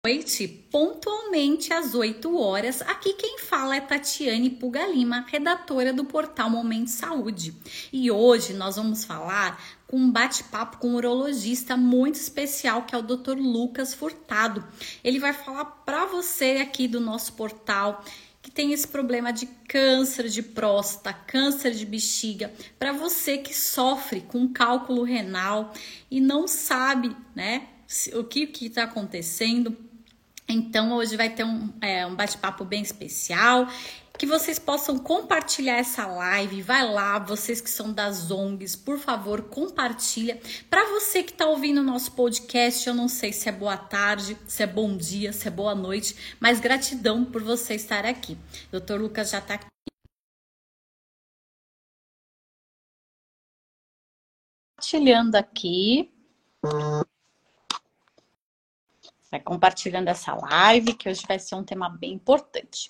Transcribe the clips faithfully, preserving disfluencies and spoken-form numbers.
noite, pontualmente às oito horas. Aqui quem fala é Tatiane Puga Lima, redatora do portal Momento Saúde. E hoje nós vamos falar com um bate-papo com um urologista muito especial, que é o doutor Lucas Furtado. Ele vai falar para você aqui do nosso portal que tem esse problema de câncer de próstata, câncer de bexiga, para você que sofre com cálculo renal e não sabe, né, o que está acontecendo. Então, hoje vai ter um, é, um bate-papo bem especial, que vocês possam compartilhar essa live. Vai lá, vocês que são das O N Gs, por favor, compartilha. Para você que está ouvindo o nosso podcast, eu não sei se é boa tarde, se é bom dia, se é boa noite, mas gratidão por você estar aqui. doutor Lucas já está aqui. Compartilhando aqui. Vai compartilhando essa live, que hoje vai ser um tema bem importante.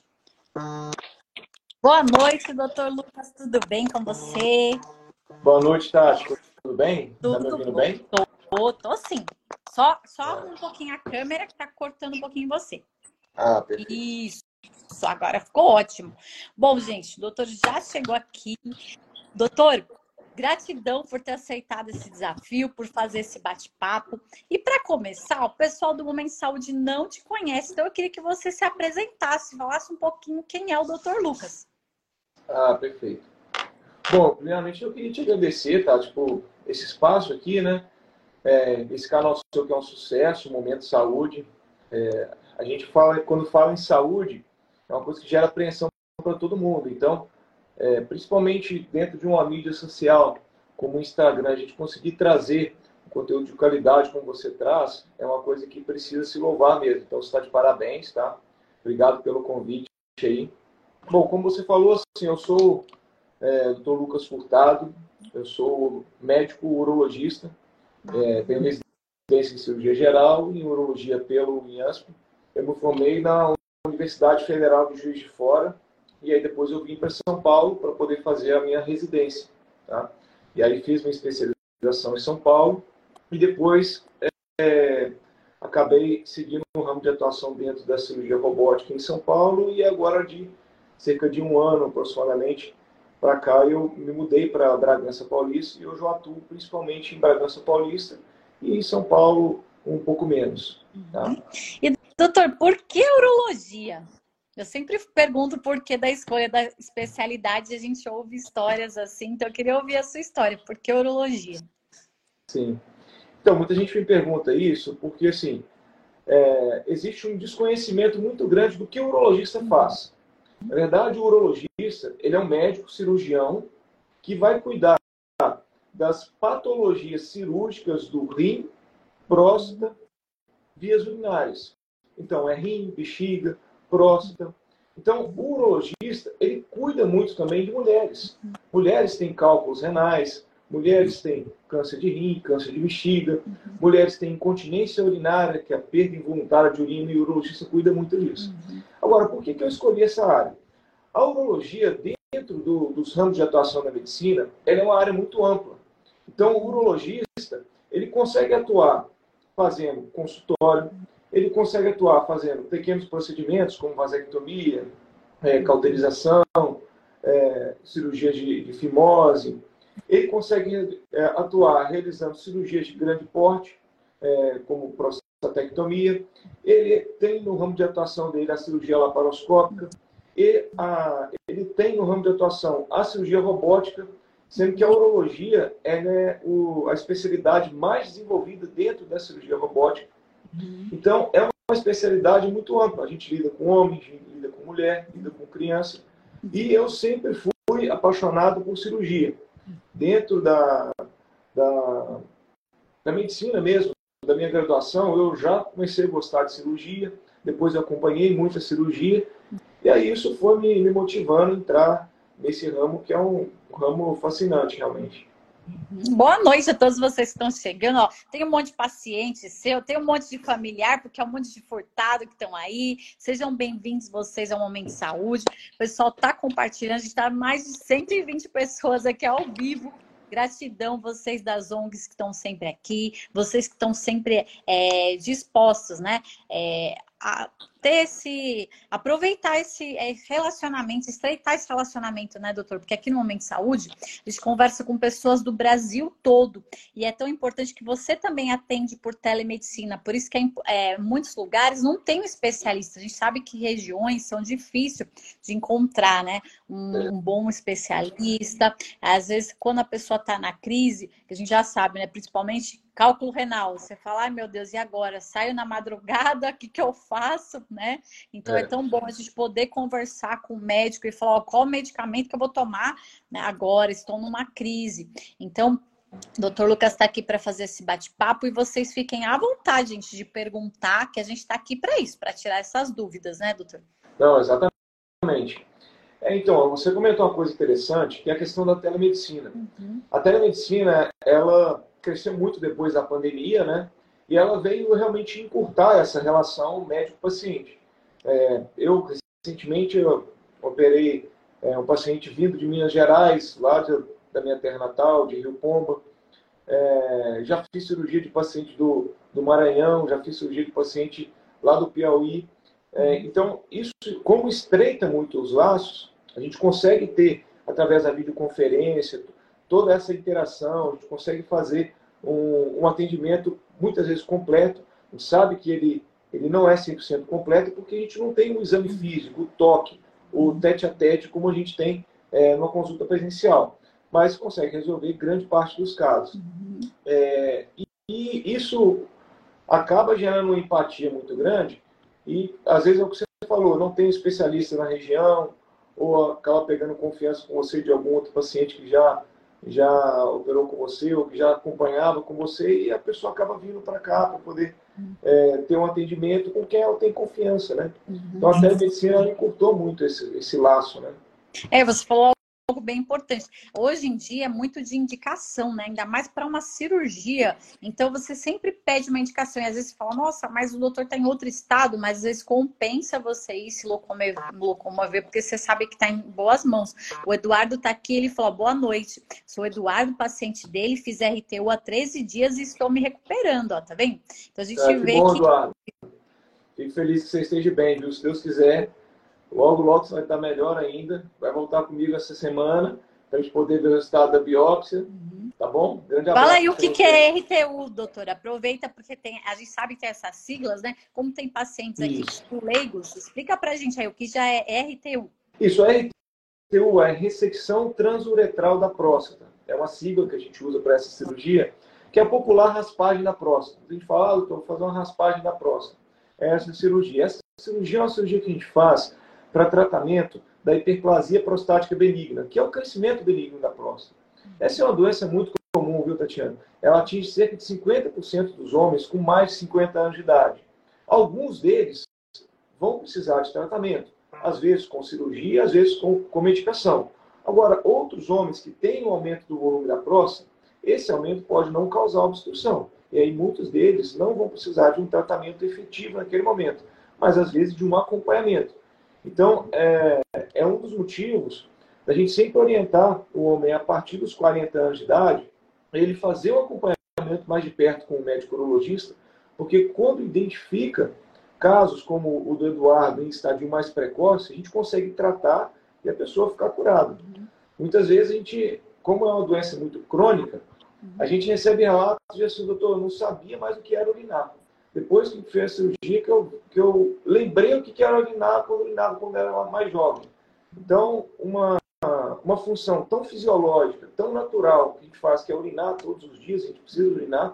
Boa noite, doutor Lucas, tudo bem com você? Boa noite, Tati. Tudo bem? Tudo tá me ouvindo bom. bem? Tô, tô sim. Só, só um pouquinho a câmera que tá cortando um pouquinho você. Ah, perfeito. Isso, agora ficou ótimo. Bom, gente, o doutor já chegou aqui. Doutor, gratidão por ter aceitado esse desafio, por fazer esse bate-papo. E para começar, o pessoal do Momento Saúde não te conhece, então eu queria que você se apresentasse, falasse um pouquinho quem é o doutor Lucas. Ah, perfeito. Bom, primeiramente eu queria te agradecer, tá? Tipo, esse espaço aqui, né? É, esse canal seu que é um sucesso, Momento Saúde. É, a gente fala, quando fala em saúde, é uma coisa que gera apreensão para todo mundo. Então, É, principalmente dentro de uma mídia social como o Instagram, a gente conseguir trazer um conteúdo de qualidade como você traz, é uma coisa que precisa se louvar mesmo. Então, você está de parabéns, tá? Obrigado pelo convite aí. Bom, como você falou, assim, eu sou é, doutor Lucas Furtado, eu sou médico urologista, é, tenho residência em cirurgia geral e em urologia pelo IANSP. Eu me formei na Universidade Federal de Juiz de Fora, e aí depois eu vim para São Paulo para poder fazer a minha residência, tá? E aí fiz minha especialização em São Paulo e depois é, acabei seguindo um ramo de atuação dentro da cirurgia robótica em São Paulo, e agora de cerca de um ano aproximadamente para cá eu me mudei para Bragança Paulista e hoje eu atuo principalmente em Bragança Paulista e em São Paulo um pouco menos, tá? E doutor, por que urologia? Eu sempre pergunto por que da escolha da especialidade, a gente ouve histórias assim, então eu queria ouvir a sua história. Por que urologia? Sim. Então, muita gente me pergunta isso porque, assim, é, existe um desconhecimento muito grande do que o urologista faz. Na verdade, o urologista, ele é um médico cirurgião que vai cuidar das patologias cirúrgicas do rim, próstata, vias urinárias. Então, é rim, bexiga, próstata. Então, o urologista, ele cuida muito também de mulheres. Mulheres têm cálculos renais, mulheres têm câncer de rim, câncer de bexiga, mulheres têm incontinência urinária, que é a perda involuntária de urina, e o urologista cuida muito disso. Agora, por que que eu escolhi essa área? A urologia, dentro do, dos ramos de atuação da medicina, ela é uma área muito ampla. Então, o urologista, ele consegue atuar fazendo consultório, ele consegue atuar fazendo pequenos procedimentos, como vasectomia, é, cauterização, é, cirurgia de, de fimose. Ele consegue é, atuar realizando cirurgias de grande porte, é, como prostatectomia. Ele tem no ramo de atuação dele a cirurgia laparoscópica. E a, ele tem no ramo de atuação a cirurgia robótica, sendo que a urologia é, né, o, a especialidade mais desenvolvida dentro da cirurgia robótica. Então, é uma especialidade muito ampla. A gente lida com homem, a gente lida com mulher, lida com criança. E eu sempre fui apaixonado por cirurgia. Dentro da, da, da medicina mesmo, da minha graduação, eu já comecei a gostar de cirurgia. Depois eu acompanhei muita cirurgia. E aí isso foi me, me motivando a entrar nesse ramo, que é um, um ramo fascinante, realmente. Boa noite a todos vocês que estão chegando. Ó, tem um monte de paciente seu, tem um monte de familiar, porque é um monte de furtado que estão aí. Sejam bem-vindos vocês ao Momento de Saúde. O pessoal está compartilhando, a gente está mais de cento e vinte pessoas aqui ao vivo Gratidão, vocês das O N Gs que estão sempre aqui, vocês que estão sempre é, dispostos, né? É, a ter esse, aproveitar esse relacionamento, estreitar esse relacionamento, né, doutor? Porque aqui no Momento Saúde, a gente conversa com pessoas do Brasil todo. E é tão importante que você também atende por telemedicina. Por isso que é, é, muitos lugares não tem um especialista. A gente sabe que regiões são difíceis de encontrar, né? Um, um bom especialista. Às vezes, quando a pessoa está na crise, que a gente já sabe, né? Principalmente cálculo renal. Você fala, ai meu Deus, e agora? Saio na madrugada, o que, que eu faço, né? Então é. é tão bom a gente poder conversar com o médico e falar, ó, qual o medicamento que eu vou tomar, né, agora? Estou numa crise. Então, o doutor Lucas está aqui para fazer esse bate-papo e vocês fiquem à vontade, gente, de perguntar, que a gente está aqui para isso, para tirar essas dúvidas, né, doutor? Não, exatamente. É, então, você comentou uma coisa interessante, que é a questão da telemedicina. Uhum. A telemedicina, ela cresceu muito depois da pandemia, né? E ela veio realmente encurtar essa relação médico-paciente. É, eu, recentemente, eu operei é, um paciente vindo de Minas Gerais, lá de, da minha terra natal, de Rio Pomba. É, já fiz cirurgia de paciente do, do Maranhão, já fiz cirurgia de paciente lá do Piauí. É, então, isso, como estreita muito os laços, a gente consegue ter, através da videoconferência, toda essa interação, a gente consegue fazer um, um atendimento muitas vezes completo. A gente sabe que ele, ele não é cem por cento completo porque a gente não tem um exame físico, o toque, o tete-a-tete, como a gente tem é, numa consulta presencial. Mas consegue resolver grande parte dos casos. É, e, e isso acaba gerando uma empatia muito grande e, às vezes, é o que você falou, não tem especialista na região ou acaba pegando confiança com você de algum outro paciente que já, já operou com você ou que já acompanhava com você e a pessoa acaba vindo para cá para poder é, ter um atendimento com quem ela tem confiança, né? Então, a telemedicina encurtou muito esse, esse laço, né? É, você falou algo bem importante. Hoje em dia é muito de indicação, né? Ainda mais para uma cirurgia. Então você sempre pede uma indicação e às vezes você fala, nossa, mas o doutor está em outro estado, mas às vezes compensa você ir se locomover, locomover porque você sabe que está em boas mãos. O Eduardo está aqui, ele falou, boa noite. Sou o Eduardo, paciente dele, fiz R T U há treze dias e estou me recuperando, ó, tá vendo? Então a gente é, que vê bom, que... Eduardo. Fico feliz que você esteja bem, viu? Se Deus quiser, logo, logo você vai estar melhor ainda. Vai voltar comigo essa semana para a gente poder ver o resultado da biópsia. Uhum. Tá bom? Grande abraço. Fala aí o que, que é R T U, doutora. Aproveita, porque tem, a gente sabe que tem essas siglas, né? Como tem pacientes aqui com leigos, explica pra gente aí o que já é R T U. Isso, R T U é ressecção transuretral da próstata. É uma sigla que a gente usa para essa cirurgia, que é a popular raspagem da próstata. A gente fala, ah, doutor, vou fazer uma raspagem da próstata. É essa cirurgia. Essa cirurgia é uma cirurgia que a gente faz para tratamento da hiperplasia prostática benigna, que é o crescimento benigno da próstata. Essa é uma doença muito comum, viu, Tatiana? Ela atinge cerca de cinquenta por cento dos homens com mais de cinquenta anos de idade. Alguns deles vão precisar de tratamento, às vezes com cirurgia, às vezes com, com medicação. Agora, outros homens que têm um aumento do volume da próstata, esse aumento pode não causar obstrução. E aí muitos deles não vão precisar de um tratamento efetivo naquele momento, mas às vezes de um acompanhamento. Então, é, é um dos motivos da gente sempre orientar o homem a partir dos quarenta anos de idade, ele fazer um acompanhamento mais de perto com o médico urologista, porque quando identifica casos como o do Eduardo em estágio mais precoce, a gente consegue tratar e a pessoa ficar curada. Uhum. Muitas vezes a gente, como é uma doença muito crônica, uhum. a gente recebe relatos de assim, doutor, eu não sabia mais o que era urinar. Depois que fez a cirurgia, que eu, que eu lembrei o que era urinar quando urinava quando era mais jovem. Então, uma, uma função tão fisiológica, tão natural que a gente faz, que é urinar todos os dias, a gente precisa urinar,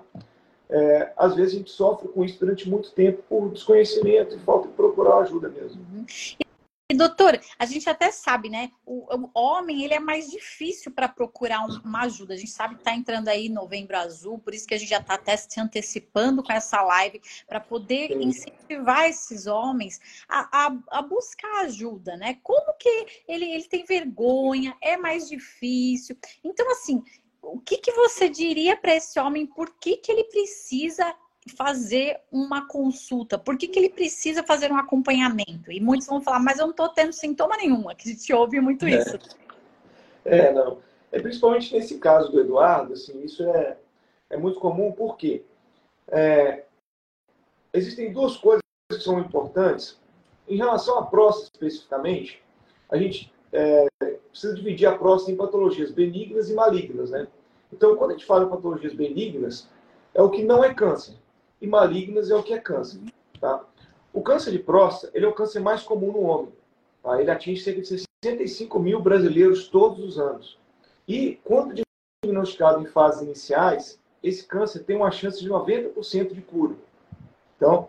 é, às vezes a gente sofre com isso durante muito tempo por desconhecimento e falta de procurar ajuda mesmo. Uhum. E, doutor, a gente até sabe, né? O, o homem, ele é mais difícil para procurar um, uma ajuda. A gente sabe que está entrando aí Novembro Azul, por isso que a gente já está até se antecipando com essa live para poder Sim. incentivar esses homens a, a, a buscar ajuda, né? Como que ele, ele tem vergonha, é mais difícil. Então, assim, o que, que você diria para esse homem? Por que, que ele precisa fazer uma consulta? Por que, que ele precisa fazer um acompanhamento? E muitos vão falar, mas eu não estou tendo sintoma nenhum. Que a gente ouve muito isso. É, é não. É, principalmente nesse caso do Eduardo, assim, isso é, é muito comum, porque é, existem duas coisas que são importantes. Em relação à próstata, especificamente, a gente é, precisa dividir a próstata em patologias benignas e malignas, né? Então, quando a gente fala em patologias benignas, é o que não é câncer. E malignas é o que é câncer. Tá? O câncer de próstata, ele é o câncer mais comum no homem. Tá? Ele atinge cerca de sessenta e cinco mil brasileiros todos os anos. E, quando diagnosticado em fases iniciais, esse câncer tem uma chance de noventa por cento de cura. Então,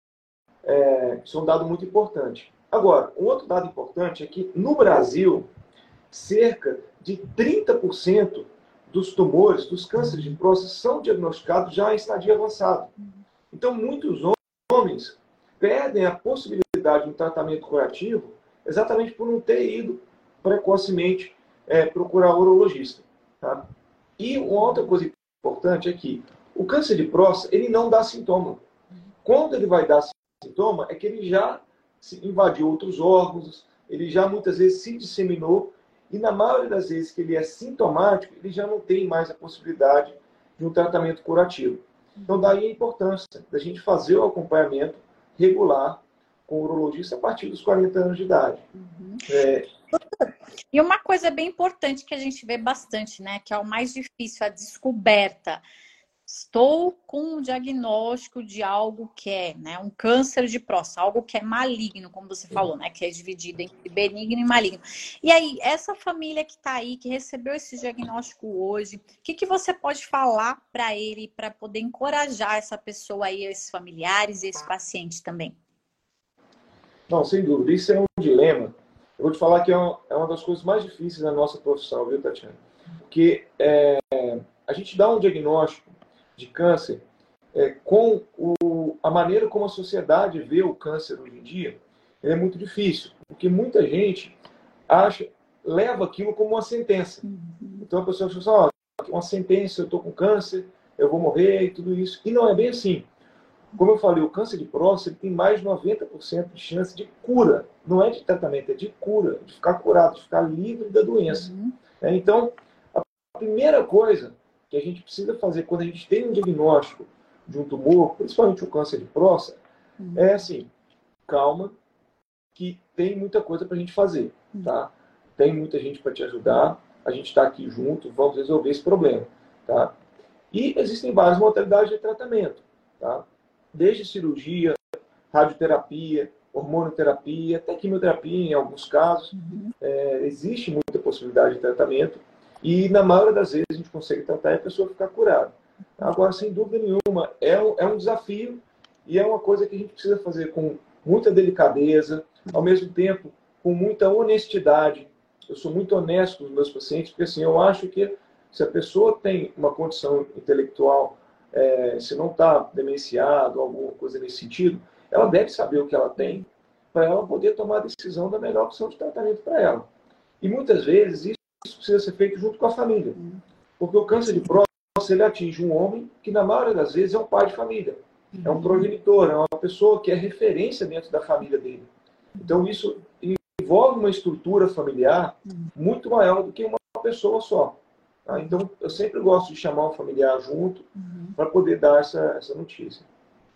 é, isso é um dado muito importante. Agora, um outro dado importante é que, no Brasil, cerca de trinta por cento dos tumores, dos cânceres de próstata, são diagnosticados já em estadia avançada. Então, muitos homens perdem a possibilidade de um tratamento curativo exatamente por não ter ido precocemente é, procurar o urologista. Tá? E uma outra coisa importante é que o câncer de próstata, ele não dá sintoma. Quando ele vai dar sintoma, é que ele já invadiu outros órgãos, ele já muitas vezes se disseminou, e na maioria das vezes que ele é sintomático, ele já não tem mais a possibilidade de um tratamento curativo. Então, daí a importância da gente fazer o acompanhamento regular com o urologista a partir dos quarenta anos de idade. Uhum. É... E uma coisa bem importante que a gente vê bastante, né, que é o mais difícil, a descoberta. Estou com um diagnóstico de algo que é, né, um câncer de próstata, algo que é maligno, como você falou, né, que é dividido entre benigno e maligno. E aí, essa família que está aí, que recebeu esse diagnóstico hoje, o que, que você pode falar para ele, para poder encorajar essa pessoa aí, esses familiares e esse paciente também? Não, sem dúvida, isso é um dilema. Eu vou te falar que é uma, é uma das coisas mais difíceis da nossa profissão, viu, Tatiana? Porque é, a gente dá um diagnóstico de câncer, é, com o, a maneira como a sociedade vê o câncer hoje em dia, é muito difícil, porque muita gente acha, leva aquilo como uma sentença. Então a pessoa fala assim, ó, uma sentença, eu estou com câncer, eu vou morrer e tudo isso. E não é bem assim. Como eu falei, o câncer de próstata tem mais de noventa por cento de chance de cura. Não é de tratamento, é de cura, de ficar curado, de ficar livre da doença. Uhum. É, então, a primeira coisa que a gente precisa fazer quando a gente tem um diagnóstico de um tumor, principalmente o câncer de próstata, uhum. é assim, calma, que tem muita coisa para a gente fazer, tá? Tem muita gente para te ajudar, a gente está aqui junto, vamos resolver esse problema, tá? E existem várias modalidades de tratamento, tá? Desde cirurgia, radioterapia, hormonoterapia, até quimioterapia em alguns casos, uhum. é, existe muita possibilidade de tratamento. E, na maioria das vezes, a gente consegue tratar e a pessoa ficar curada. Agora, sem dúvida nenhuma, é um, é um desafio e é uma coisa que a gente precisa fazer com muita delicadeza, ao mesmo tempo, com muita honestidade. Eu sou muito honesto com os meus pacientes, porque, assim, eu acho que se a pessoa tem uma condição intelectual, é, se não está demenciado, alguma coisa nesse sentido, ela deve saber o que ela tem para ela poder tomar a decisão da melhor opção de tratamento para ela. E, muitas vezes, isso Isso precisa ser feito junto com a família. Porque o câncer de próstata, ele atinge um homem que, na maioria das vezes, é um pai de família. É um progenitor, é uma pessoa que é referência dentro da família dele. Então, isso envolve uma estrutura familiar muito maior do que uma pessoa só. Tá? Então, eu sempre gosto de chamar um familiar junto para poder dar essa, essa notícia.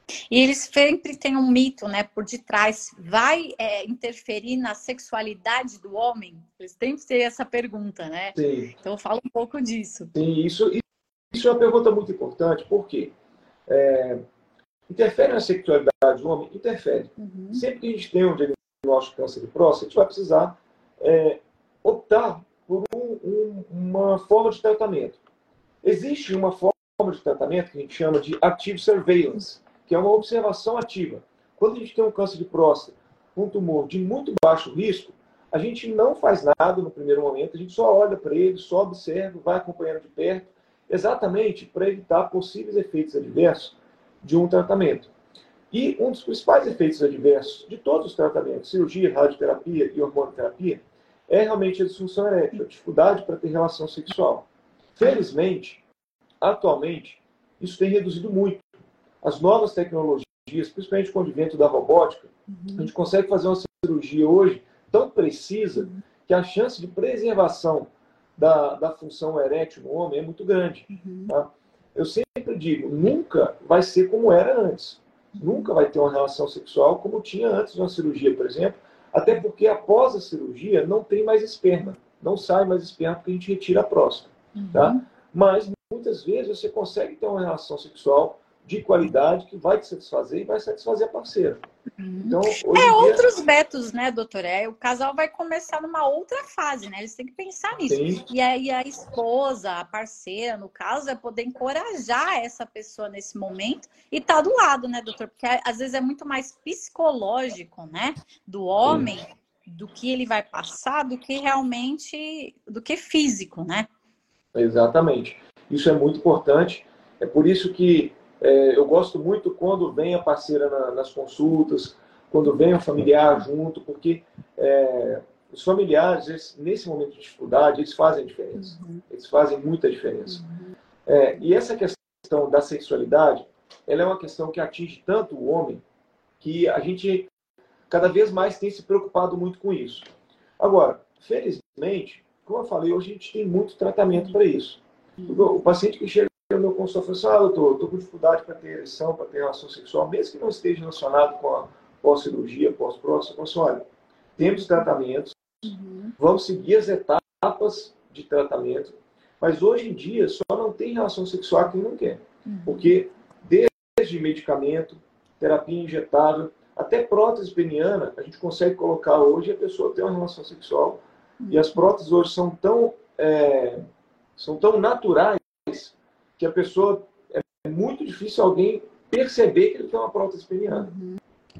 E eles sempre têm um mito, né, por detrás. Vai é, interferir na sexualidade do homem? Eles sempre têm essa pergunta, né? Sim. Então, fala um pouco disso. Sim, isso, isso é uma pergunta muito importante, porque é, interfere na sexualidade do homem? Interfere. Uhum. Sempre que a gente tem um diagnóstico de câncer de próstata, a gente vai precisar é, optar por um, um, uma forma de tratamento. Existe uma forma de tratamento que a gente chama de active surveillance, que é uma observação ativa. Quando a gente tem um câncer de próstata, um tumor de muito baixo risco, a gente não faz nada no primeiro momento, a gente só olha para ele, só observa, vai acompanhando de perto, exatamente para evitar possíveis efeitos adversos de um tratamento. E um dos principais efeitos adversos de todos os tratamentos, cirurgia, radioterapia e hormonoterapia, é realmente a disfunção erétil, a dificuldade para ter relação sexual. Felizmente, atualmente, isso tem reduzido muito. As novas tecnologias, principalmente com o advento da robótica, uhum. a gente consegue fazer uma cirurgia hoje tão precisa uhum. que a chance de preservação da, da função erétil no homem é muito grande. Uhum. Tá? Eu sempre digo, nunca vai ser como era antes. Nunca vai ter uma relação sexual como tinha antes de uma cirurgia, por exemplo, até porque após a cirurgia não tem mais esperma. Não sai mais esperma porque a gente retira a próstata. Uhum. Tá? Mas muitas vezes você consegue ter uma relação sexual de qualidade que vai te satisfazer e vai satisfazer a parceira. Uhum. Então, hoje é em dia... outros métodos, né, doutor? É, o casal vai começar numa outra fase, né? Eles têm que pensar nisso. Sim. E aí a esposa, a parceira, no caso, é poder encorajar essa pessoa nesse momento e estar tá do lado, né, doutor? Porque às vezes é muito mais psicológico, né, do homem, sim, do que ele vai passar, do que realmente, do que físico, né? Exatamente. Isso é muito importante. É por isso que é, eu gosto muito quando vem a parceira na, nas consultas, quando vem o familiar junto, porque é, os familiares, eles, nesse momento de dificuldade, eles fazem a diferença. Uhum. Eles fazem muita diferença. Uhum. É, e essa questão da sexualidade, ela é uma questão que atinge tanto o homem que a gente cada vez mais tem se preocupado muito com isso. Agora, felizmente, como eu falei, hoje a gente tem muito tratamento para isso. O paciente que chega no meu consultório fala assim, ah, doutor, estou com dificuldade para ter ereção, para ter relação sexual, mesmo que não esteja relacionado com a pós-cirurgia, pós-próstata, eu falo assim, olha, temos tratamentos, uhum, vamos seguir as etapas de tratamento, mas hoje em dia só não tem relação sexual quem não quer. Uhum. Porque desde medicamento, terapia injetável, até prótese peniana, a gente consegue colocar hoje e a pessoa ter uma relação sexual. Uhum. E as próteses hoje são tão, é, são tão naturais que a pessoa, é muito difícil alguém perceber que ele tem uma prótese peniana. Uhum.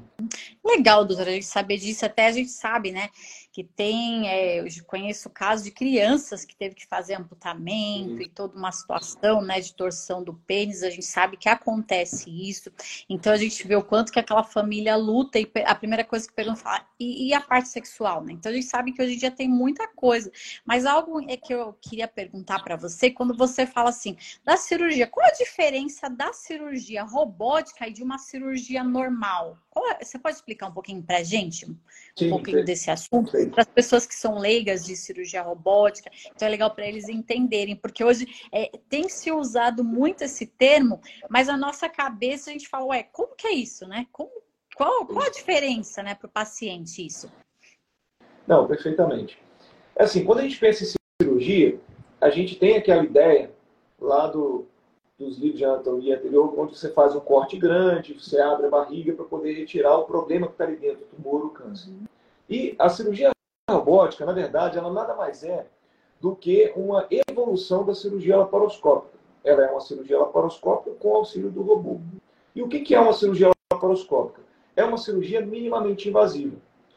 Legal, doutora, a gente saber disso. Até a gente sabe, né, que tem, é, eu conheço casos de crianças que teve que fazer amputamento, uhum, e toda uma situação, né, de torção do pênis. A gente sabe que acontece isso. Então a gente vê o quanto que aquela família luta e a primeira coisa que pergunta fala, e, e a parte sexual, né? Então a gente sabe que hoje em dia tem muita coisa. Mas algo é que eu queria perguntar para você, quando você fala assim, da cirurgia, qual a diferença da cirurgia robótica e de uma cirurgia normal? Qual é? Você pode explicar um pouquinho pra gente? Um Sim, pouquinho sim, desse assunto? sim. Para as pessoas que são leigas de cirurgia robótica, então é legal para eles entenderem, porque hoje é, tem se usado muito esse termo, mas na nossa cabeça a gente fala, ué, como que é isso, né? Como, qual, qual a diferença, né, para o paciente isso? Não, perfeitamente. Assim, quando a gente pensa em cirurgia, a gente tem aquela ideia lá do, dos livros de anatomia anterior, onde você faz um corte grande, você abre a barriga para poder retirar o problema que está ali dentro, o tumor, o câncer. Uhum. E a cirurgia robótica, na verdade, ela nada mais é do que uma evolução da cirurgia laparoscópica. Ela é uma cirurgia laparoscópica com auxílio do robô. E o que é uma cirurgia laparoscópica? É uma cirurgia minimamente invasiva.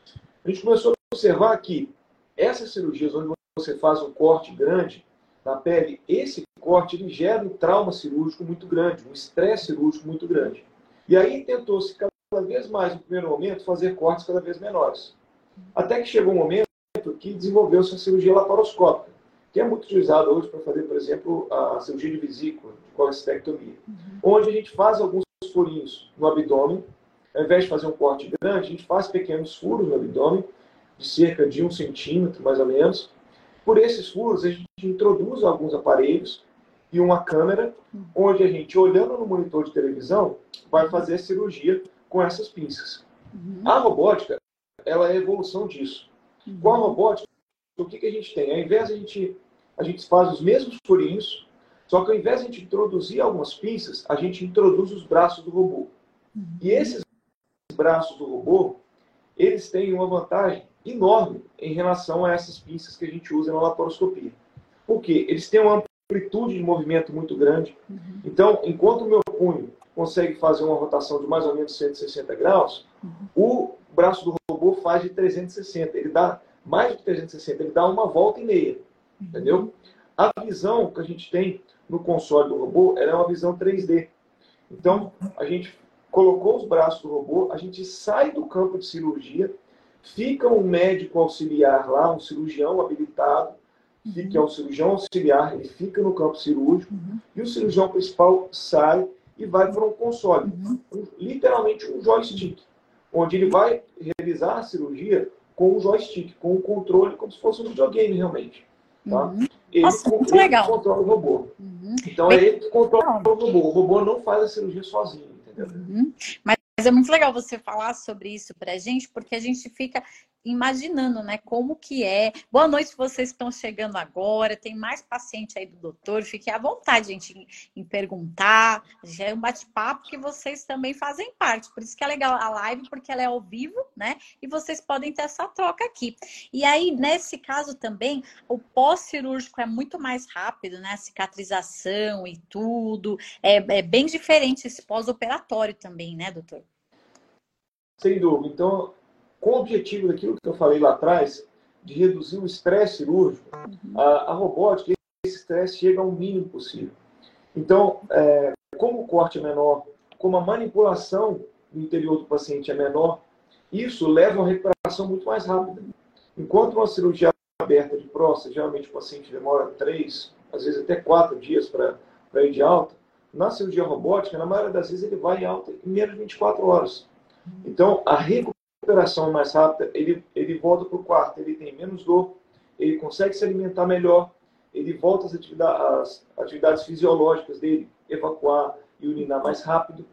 A gente começou a observar que essas cirurgias onde você faz um corte grande na pele, esse corte ele gera um trauma cirúrgico muito grande, um estresse cirúrgico muito grande. E aí tentou-se cada vez mais, no primeiro momento, fazer cortes cada vez menores. Até que chegou um momento que desenvolveu-se a cirurgia laparoscópica, que é muito utilizada hoje para fazer, por exemplo, a cirurgia de vesícula, de colestectomia, uhum, onde a gente faz alguns furinhos no abdômen. Ao invés de fazer um corte grande, a gente faz pequenos furos no abdômen, de cerca de um centímetro, mais ou menos. Por esses furos, a gente introduz alguns aparelhos e uma câmera, onde a gente, olhando no monitor de televisão, vai fazer a cirurgia com essas pinças. Uhum. A robótica, ela é a evolução disso. Uhum. Com a robótica, o que, que a gente tem? Ao invés de a gente, a gente faz os mesmos furinhos, só que ao invés de a gente introduzir algumas pinças, a gente introduz os braços do robô. Uhum. E esses braços do robô, eles têm uma vantagem enorme em relação a essas pinças que a gente usa na laparoscopia. Por quê? Eles têm uma amplitude de movimento muito grande. Uhum. Então, enquanto o meu punho consegue fazer uma rotação de mais ou menos cento e sessenta graus, uhum, o braço do robô faz de trezentos e sessenta. Ele dá mais de trezentos e sessenta, ele dá uma volta e meia. Uhum. Entendeu? A visão que a gente tem no console do robô, ela é uma visão três D. Então, a gente colocou os braços do robô, a gente sai do campo de cirurgia, fica um médico auxiliar lá, um cirurgião habilitado, uhum, que é um cirurgião auxiliar, ele fica no campo cirúrgico, uhum, e o cirurgião principal sai e vai para um console, uhum, um, literalmente um joystick, onde ele vai realizar a cirurgia com um joystick, com um controle, como se fosse um videogame realmente. Tá? Uhum. ele, Nossa, muito ele legal. controla o robô. Uhum. Então, Bem, é ele que controla o robô. O robô não faz a cirurgia sozinho, entendeu? Uhum. Mas é muito legal você falar sobre isso pra gente, porque a gente fica imaginando, né, como que é. Boa noite, vocês que estão chegando agora. Tem mais paciente aí do doutor. Fiquem à vontade, gente, em, em perguntar. Já é um bate-papo que vocês também fazem parte. Por isso que é legal a live, porque ela é ao vivo, né? E vocês podem ter essa troca aqui. E aí, nesse caso também, o pós-cirúrgico é muito mais rápido, né? A cicatrização e tudo. É, é bem diferente esse pós-operatório também, né, doutor? Sem dúvida. Então, com o objetivo daquilo que eu falei lá atrás, de reduzir o estresse cirúrgico, Uhum. a, a robótica, esse estresse chega ao mínimo possível. Então, é, como o corte é menor, como a manipulação no interior do paciente é menor, isso leva a uma recuperação muito mais rápida. Enquanto uma cirurgia aberta de próstata, geralmente o paciente demora três, às vezes até quatro dias para ir de alta, na cirurgia robótica, na maioria das vezes, ele vai em alta em menos de vinte e quatro horas. Então, a recuperação é mais rápida, ele, ele volta para o quarto, ele tem menos dor, ele consegue se alimentar melhor, ele volta às atividades, às atividades fisiológicas dele, evacuar e urinar mais rápido,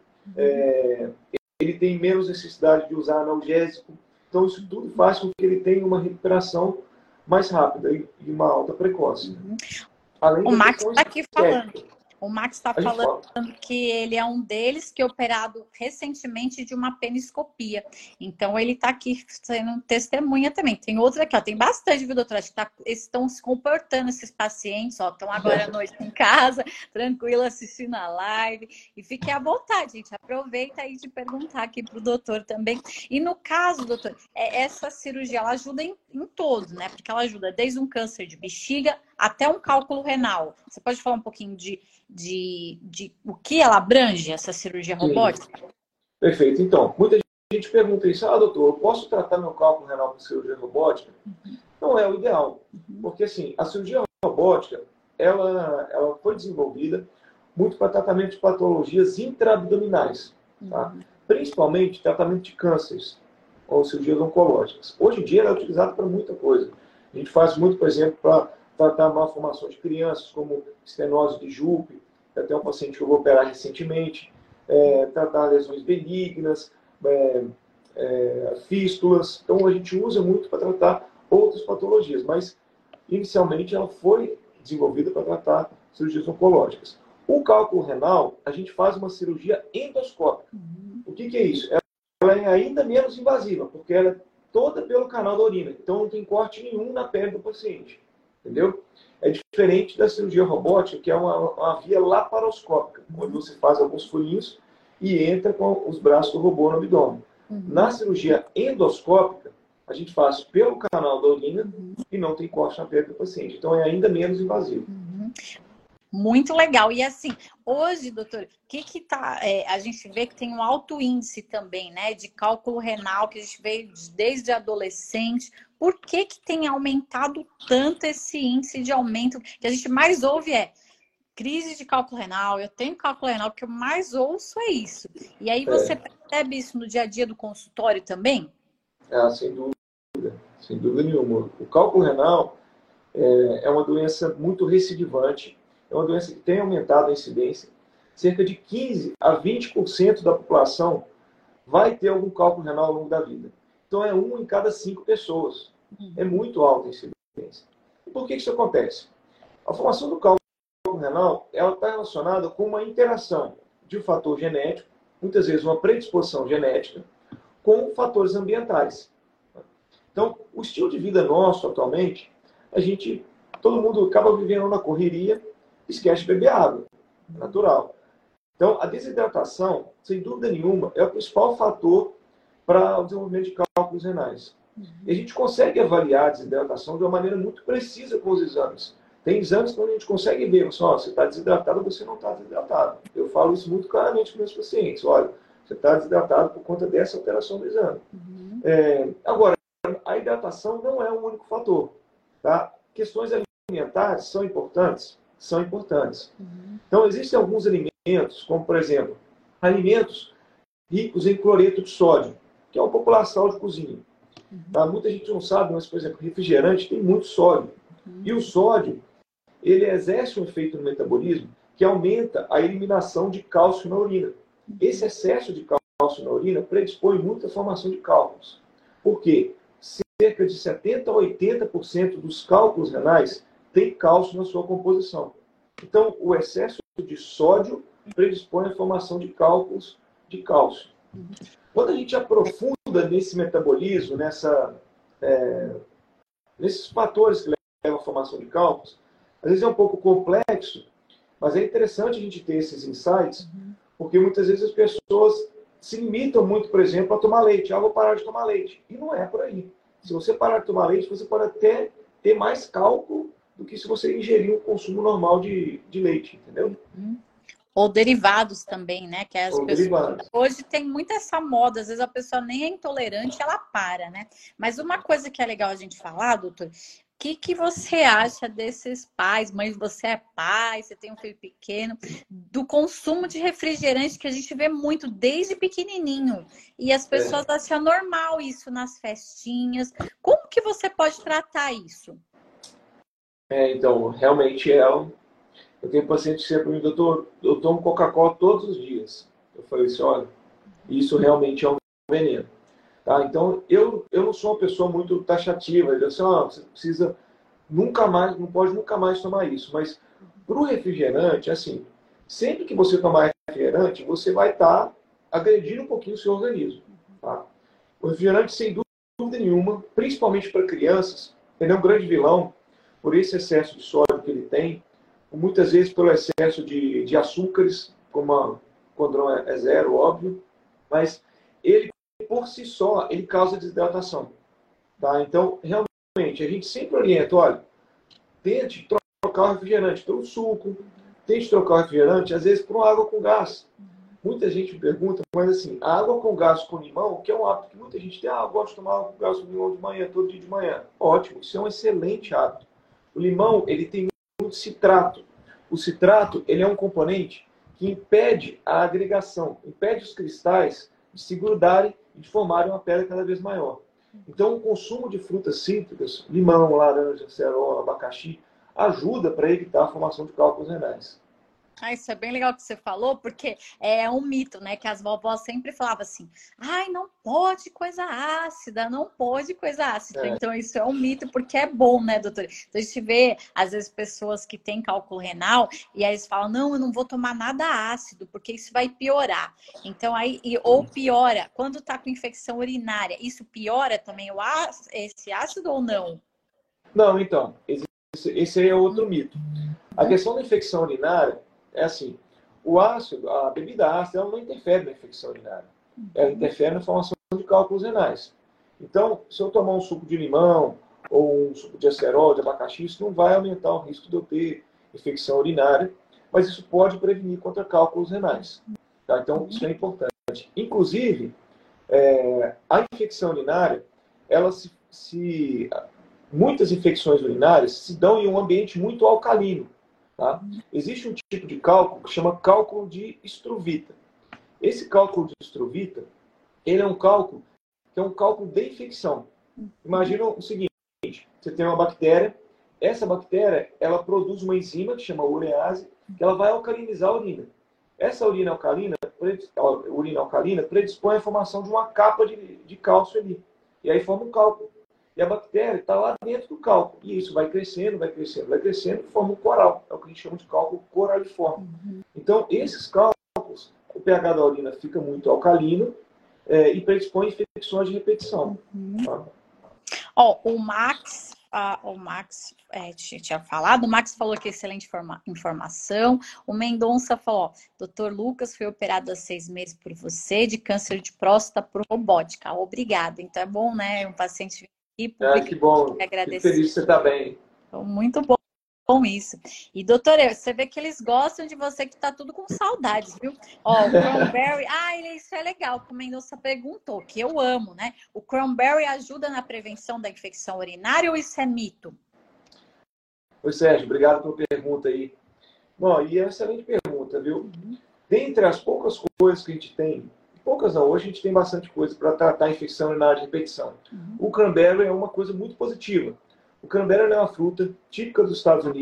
é, ele tem menos necessidade de usar analgésico. Então, isso tudo faz com que ele tenha uma recuperação mais rápida e uma alta precoce. Uhum. Além o Max está aqui falando. estética. O Max está falando que ele é um deles que é operado recentemente de uma peniscopia. Então, ele está aqui sendo testemunha também. Tem outros aqui, ó. Tem bastante, viu, doutora? Acho que tá, eles estão se comportando, esses pacientes, ó. Estão agora à noite em casa, tranquilo, assistindo a live. E fique à vontade, gente. Aproveita aí de perguntar aqui para o doutor também. E no caso, doutor, é, essa cirurgia, ela ajuda em, em todos, né? Porque ela ajuda desde um câncer de bexiga até um cálculo renal. Você pode falar um pouquinho de De, de o que ela abrange, essa cirurgia robótica? Sim. Perfeito. Então, muita gente pergunta isso, ah, doutor, eu posso tratar meu cálculo renal com cirurgia robótica? Uhum. Não é o ideal, uhum. porque assim, a cirurgia robótica, ela, ela foi desenvolvida muito para tratamento de patologias intraabdominais, tá? Uhum. Principalmente tratamento de cânceres ou cirurgias oncológicas. Hoje em dia ela é utilizada para muita coisa. A gente faz muito, por exemplo, para tratar malformações de crianças, como estenose de Jupe, até um paciente que eu vou operar recentemente, é, tratar lesões benignas, é, é, fístulas. Então, a gente usa muito para tratar outras patologias, mas, inicialmente, ela foi desenvolvida para tratar cirurgias oncológicas. O cálculo renal, a gente faz uma cirurgia endoscópica. O que, que é isso? Ela é ainda menos invasiva, porque ela é toda pelo canal da urina. Então, não tem corte nenhum na pele do paciente. Entendeu? É diferente da cirurgia robótica, que é uma, uma via laparoscópica, onde você faz alguns furinhos e entra com os braços do robô no abdômen. Uhum. Na cirurgia endoscópica, a gente faz pelo canal da urina uhum. e não tem corte na pele do paciente. Então, é ainda menos invasivo. Uhum. Muito legal. E assim, hoje, doutor, o que que tá... É, a gente vê que tem um alto índice também, né? De cálculo renal, que a gente vê desde adolescente. Por que que tem aumentado tanto esse índice de aumento? O que a gente mais ouve é crise de cálculo renal, eu tenho cálculo renal, o que eu mais ouço é isso. E aí você é. percebe isso no dia a dia do consultório também? Ah, sem dúvida. Sem dúvida nenhuma. O cálculo renal é, é uma doença muito recidivante. É uma doença que tem aumentado a incidência. Cerca de quinze a vinte por cento da população vai ter algum cálculo renal ao longo da vida. Então, é um em cada cinco pessoas. É muito alta a incidência. E por que isso acontece? A formação do cálculo renal está relacionada com uma interação de um fator genético, muitas vezes uma predisposição genética, com fatores ambientais. Então, o estilo de vida nosso atualmente, a gente, todo mundo acaba vivendo na correria, esquece de beber água, natural. Então, a desidratação, sem dúvida nenhuma, é o principal fator para o desenvolvimento de cálculos renais. E a gente consegue avaliar a desidratação de uma maneira muito precisa com os exames. Tem exames que a gente consegue ver, você oh, está desidratado ou você não está desidratado. Eu falo isso muito claramente com meus pacientes. Olha, você está desidratado por conta dessa alteração do exame. Uhum. É, agora, a hidratação não é o único fator. Tá? Questões alimentares são importantes? São importantes. Uhum. Então, existem alguns alimentos, como, por exemplo, alimentos ricos em cloreto de sódio, que é uma população de cozinha. Uhum. Tá? Muita gente não sabe, mas, por exemplo, refrigerante tem muito sódio. Uhum. E o sódio, ele exerce um efeito no metabolismo que aumenta a eliminação de cálcio na urina. Esse excesso de cálcio na urina predispõe muito à formação de cálculos. Por quê? Cerca de setenta a oitenta por cento dos cálculos renais tem cálcio na sua composição. Então, o excesso de sódio predispõe à formação de cálculos de cálcio. Quando a gente aprofunda nesse metabolismo, nessa, é, nesses fatores que levam à formação de cálculos, às vezes é um pouco complexo, mas é interessante a gente ter esses insights, porque muitas vezes as pessoas se limitam muito, por exemplo, a tomar leite. Ah, vou parar de tomar leite. E não é por aí. Se você parar de tomar leite, você pode até ter mais cálculo do que se você ingerir um consumo normal de, de leite, entendeu? Ou derivados também, né? Que as Ou pessoas... derivados. Hoje tem muito essa moda, às vezes a pessoa nem é intolerante, ela para, né? Mas uma coisa que é legal a gente falar, doutor, o que, que você acha desses pais, mães, você é pai, você tem um filho pequeno, do consumo de refrigerante que a gente vê muito desde pequenininho. E as pessoas É. acham normal isso nas festinhas. Como que você pode tratar isso? É, então, realmente é um... Eu tenho paciente que sempre me diz, doutor, eu tomo Coca-Cola todos os dias. Eu falei assim, olha, isso realmente é um veneno. Tá? Então, eu, eu não sou uma pessoa muito taxativa. Eu assim, ah, você precisa nunca mais, não pode nunca mais tomar isso. Mas para o refrigerante, assim, sempre que você tomar refrigerante, você vai estar agredindo um pouquinho o seu organismo. Tá? O refrigerante, sem dúvida nenhuma, principalmente para crianças, ele é um grande vilão por esse excesso de sódio que ele tem, muitas vezes pelo excesso de, de açúcares, como a, o Condron é, é zero, óbvio, mas ele, por si só, ele causa desidratação. Tá? Então, realmente, a gente sempre orienta, olha, tente trocar o refrigerante pelo suco, tente trocar o refrigerante, às vezes, por uma água com gás. Muita gente me pergunta, mas assim, a água com gás com limão, que é um hábito que muita gente tem, ah, eu gosto de tomar água com gás com limão de manhã, todo dia de manhã. Ótimo, isso é um excelente hábito. O limão, ele tem muito citrato. O citrato, ele é um componente que impede a agregação, impede os cristais de se grudarem e de formarem uma pedra cada vez maior. Então, o consumo de frutas cítricas, limão, laranja, acerola, abacaxi, ajuda para evitar a formação de cálculos renais. Ah, isso é bem legal que você falou, porque é um mito, né? Que as vovós sempre falavam assim, ai, não pode coisa ácida, não pode coisa ácida. É. Então, isso é um mito, porque é bom, né, doutora? Então, a gente vê, às vezes, pessoas que têm cálculo renal, e aí eles falam, não, eu não vou tomar nada ácido, porque isso vai piorar. Então, aí, e, ou piora, quando tá com infecção urinária, isso piora também o ácido, esse ácido ou não? Não, então, esse, esse aí é outro mito. A questão da infecção urinária é assim, o ácido, a bebida ácida, ela não interfere na infecção urinária. Ela interfere na formação de cálculos renais. Então, se eu tomar um suco de limão ou um suco de acerola, de abacaxi, isso não vai aumentar o risco de eu ter infecção urinária, mas isso pode prevenir contra cálculos renais. Tá? Então, isso é importante. Inclusive, é, a infecção urinária, ela se, se... Muitas infecções urinárias se dão em um ambiente muito alcalino. Tá? Existe um tipo de cálculo que chama cálculo de Struvita. Esse cálculo de Struvita, ele é um cálculo que é um cálculo de infecção. Imagina o seguinte, você tem uma bactéria, essa bactéria, ela produz uma enzima que chama urease, que ela vai alcalinizar a urina. Essa urina alcalina, urina alcalina predispõe à formação de uma capa de, de cálcio ali. E aí forma um cálculo. E a bactéria está lá dentro do cálculo. E isso vai crescendo, vai crescendo, vai crescendo e forma um coral. É o que a gente chama de cálculo coraliforme. Uhum. Então, esses cálculos, o pH da urina fica muito alcalino é, e predispõe a infecções de repetição. Uhum. Tá? Ó, o Max, ah, o Max é, tinha falado, o Max falou que é excelente forma, informação. O Mendonça falou, ó, doutor Lucas foi operado há seis meses por você de câncer de próstata por robótica. Obrigada. Então é bom, né? Um paciente... Ah, que bom. Fico feliz que você está bem. Então, muito bom, bom isso. E, doutora, você vê que eles gostam de você, que tá tudo com saudades, viu? Ó, o cranberry... ah, isso é legal, como a Mendonça perguntou, que eu amo, né? O cranberry ajuda na prevenção da infecção urinária ou isso é mito? Oi, Sérgio, obrigado pela pergunta aí. Bom, e é uma excelente pergunta, viu? Uhum. Dentre as poucas coisas que a gente tem, poucas não, hoje a gente tem bastante coisa para tratar a infecção urinária de repetição. Uhum. O cranberry é uma coisa muito positiva. O cranberry é uma fruta típica dos Estados Unidos,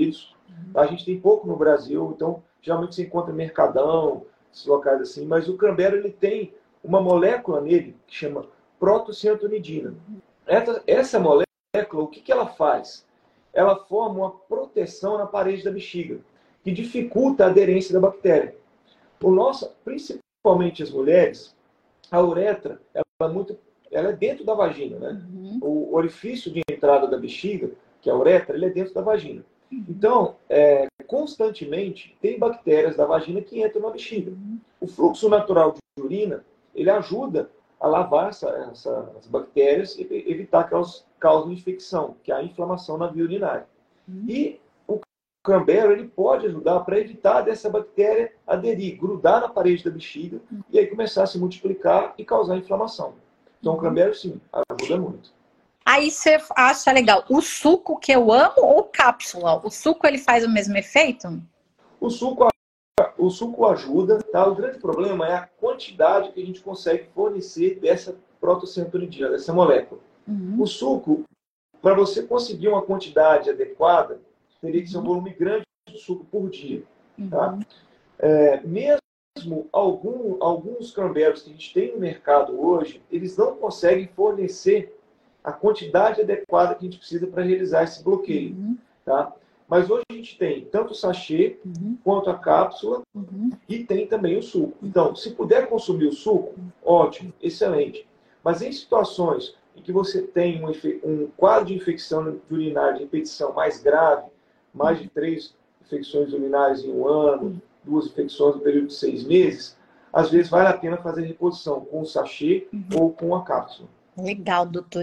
A gente tem pouco no Brasil, então geralmente se encontra em Mercadão, esses locais assim, mas o cranberry ele tem uma molécula nele que chama protocianidina. Essa, essa molécula, o que, que ela faz? Ela forma uma proteção na parede da bexiga, que dificulta a aderência da bactéria. O nosso, principalmente as mulheres, a uretra ela é, muito, ela é dentro da vagina. Né? Uhum. O orifício de entrada da bexiga, que é a uretra, ele é dentro da vagina. Então, é, constantemente, tem bactérias da vagina que entram na bexiga. O fluxo natural de urina, ele ajuda a lavar essa, essa, essas bactérias e evitar que elas causem infecção, que é a inflamação na via urinária. Uhum. E o cranberry, ele pode ajudar para evitar dessa bactéria aderir, grudar na parede da bexiga uhum. e aí começar a se multiplicar e causar inflamação. Então, uhum. o cranberry, sim, ajuda muito. Aí você acha legal, o suco que eu amo ou cápsula? O suco ele faz o mesmo efeito? O suco, o suco ajuda, tá? O grande problema é a quantidade que a gente consegue fornecer dessa protocianidina, dessa molécula. Uhum. O suco, para você conseguir uma quantidade adequada, teria que ser um volume grande de suco por dia. Tá? Uhum. É, mesmo algum, alguns cranberries que a gente tem no mercado hoje, eles não conseguem fornecer a quantidade adequada que a gente precisa para realizar esse bloqueio. Uhum. Tá? Mas hoje a gente tem tanto o sachê, uhum. quanto a cápsula, uhum. e tem também o suco. Então, se puder consumir o suco, ótimo, excelente. Mas em situações em que você tem um, um quadro de infecção urinária de repetição mais grave, mais de três infecções urinárias em um ano, duas infecções no período de seis meses, às vezes vale a pena fazer reposição com o sachê uhum. ou com a cápsula. Legal, doutor.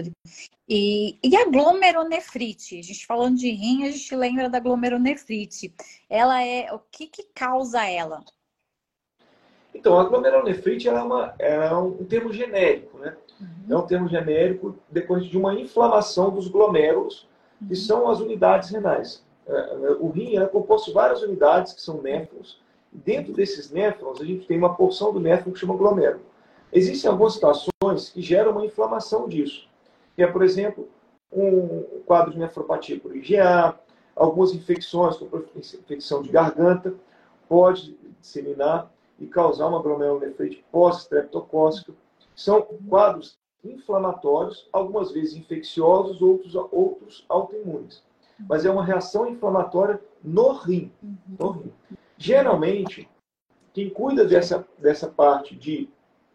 E, e a glomerulonefrite? A gente falando de rim, a gente lembra da glomerulonefrite. Ela é... O que que causa ela? Então, a glomerulonefrite ela é, uma, ela é um termo genérico, né? Uhum. É um termo genérico decorrente de uma inflamação dos glomérulos, uhum. que são as unidades renais. O rim é composto de várias unidades, que são néfrons. Dentro desses néfrons, a gente tem uma porção do néfron que chama glomérulo. Existem algumas situações que geram uma inflamação disso. Que é, por exemplo, um quadro de nefropatia por I G A, algumas infecções, como infecção de garganta, pode disseminar e causar uma glomerulonefrite pós-estreptocócica. São quadros inflamatórios, algumas vezes infecciosos, outros, outros autoimunes. Mas é uma reação inflamatória no rim. No rim. Geralmente, quem cuida dessa, dessa parte de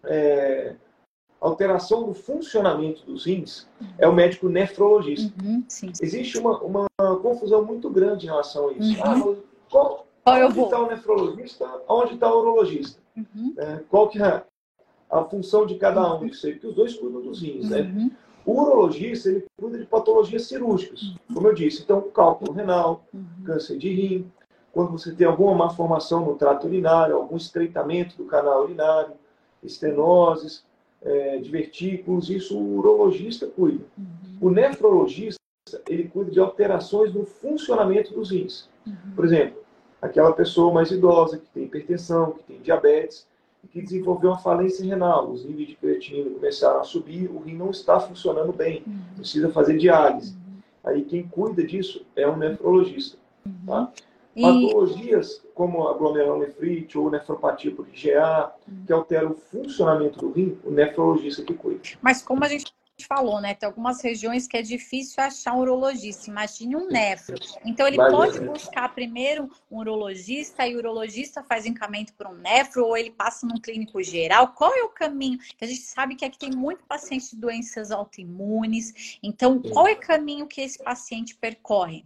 É, alteração do funcionamento dos rins é o médico nefrologista. Uhum, sim, sim. Existe uma, uma confusão muito grande em relação a isso. Uhum. Ah, mas qual, onde está o nefrologista? Onde está o urologista? Uhum. É, qual que é a função de cada um disso aí? Porque os dois cuidam dos rins. Uhum. Né? O urologista ele cuida de patologias cirúrgicas, uhum. como eu disse. Então, cálculo renal, uhum. câncer de rim, quando você tem alguma malformação no trato urinário, algum estreitamento do canal urinário, estenoses, é, divertículos, isso o urologista cuida. Uhum. O nefrologista, ele cuida de alterações no funcionamento dos rins. Uhum. Por exemplo, aquela pessoa mais idosa que tem hipertensão, que tem diabetes, e que desenvolveu uma falência renal, os níveis de creatinina começaram a subir, o rim não está funcionando bem, uhum. precisa fazer diálise. Uhum. Aí quem cuida disso é um nefrologista. Uhum. Tá? E... patologias como a glomerulonefrite ou nefropatia por I G A, hum. que alteram o funcionamento do rim, o nefrologista que cuida. Mas como a gente falou, né? Tem algumas regiões que é difícil achar um urologista. Imagine um nefro. Então ele Imagina, pode buscar primeiro um urologista e o urologista faz encaminhamento para um nefro ou ele passa num clínico geral. Qual é o caminho? Que a gente sabe que aqui tem muito paciente de doenças autoimunes. Então, Sim. qual é o caminho que esse paciente percorre?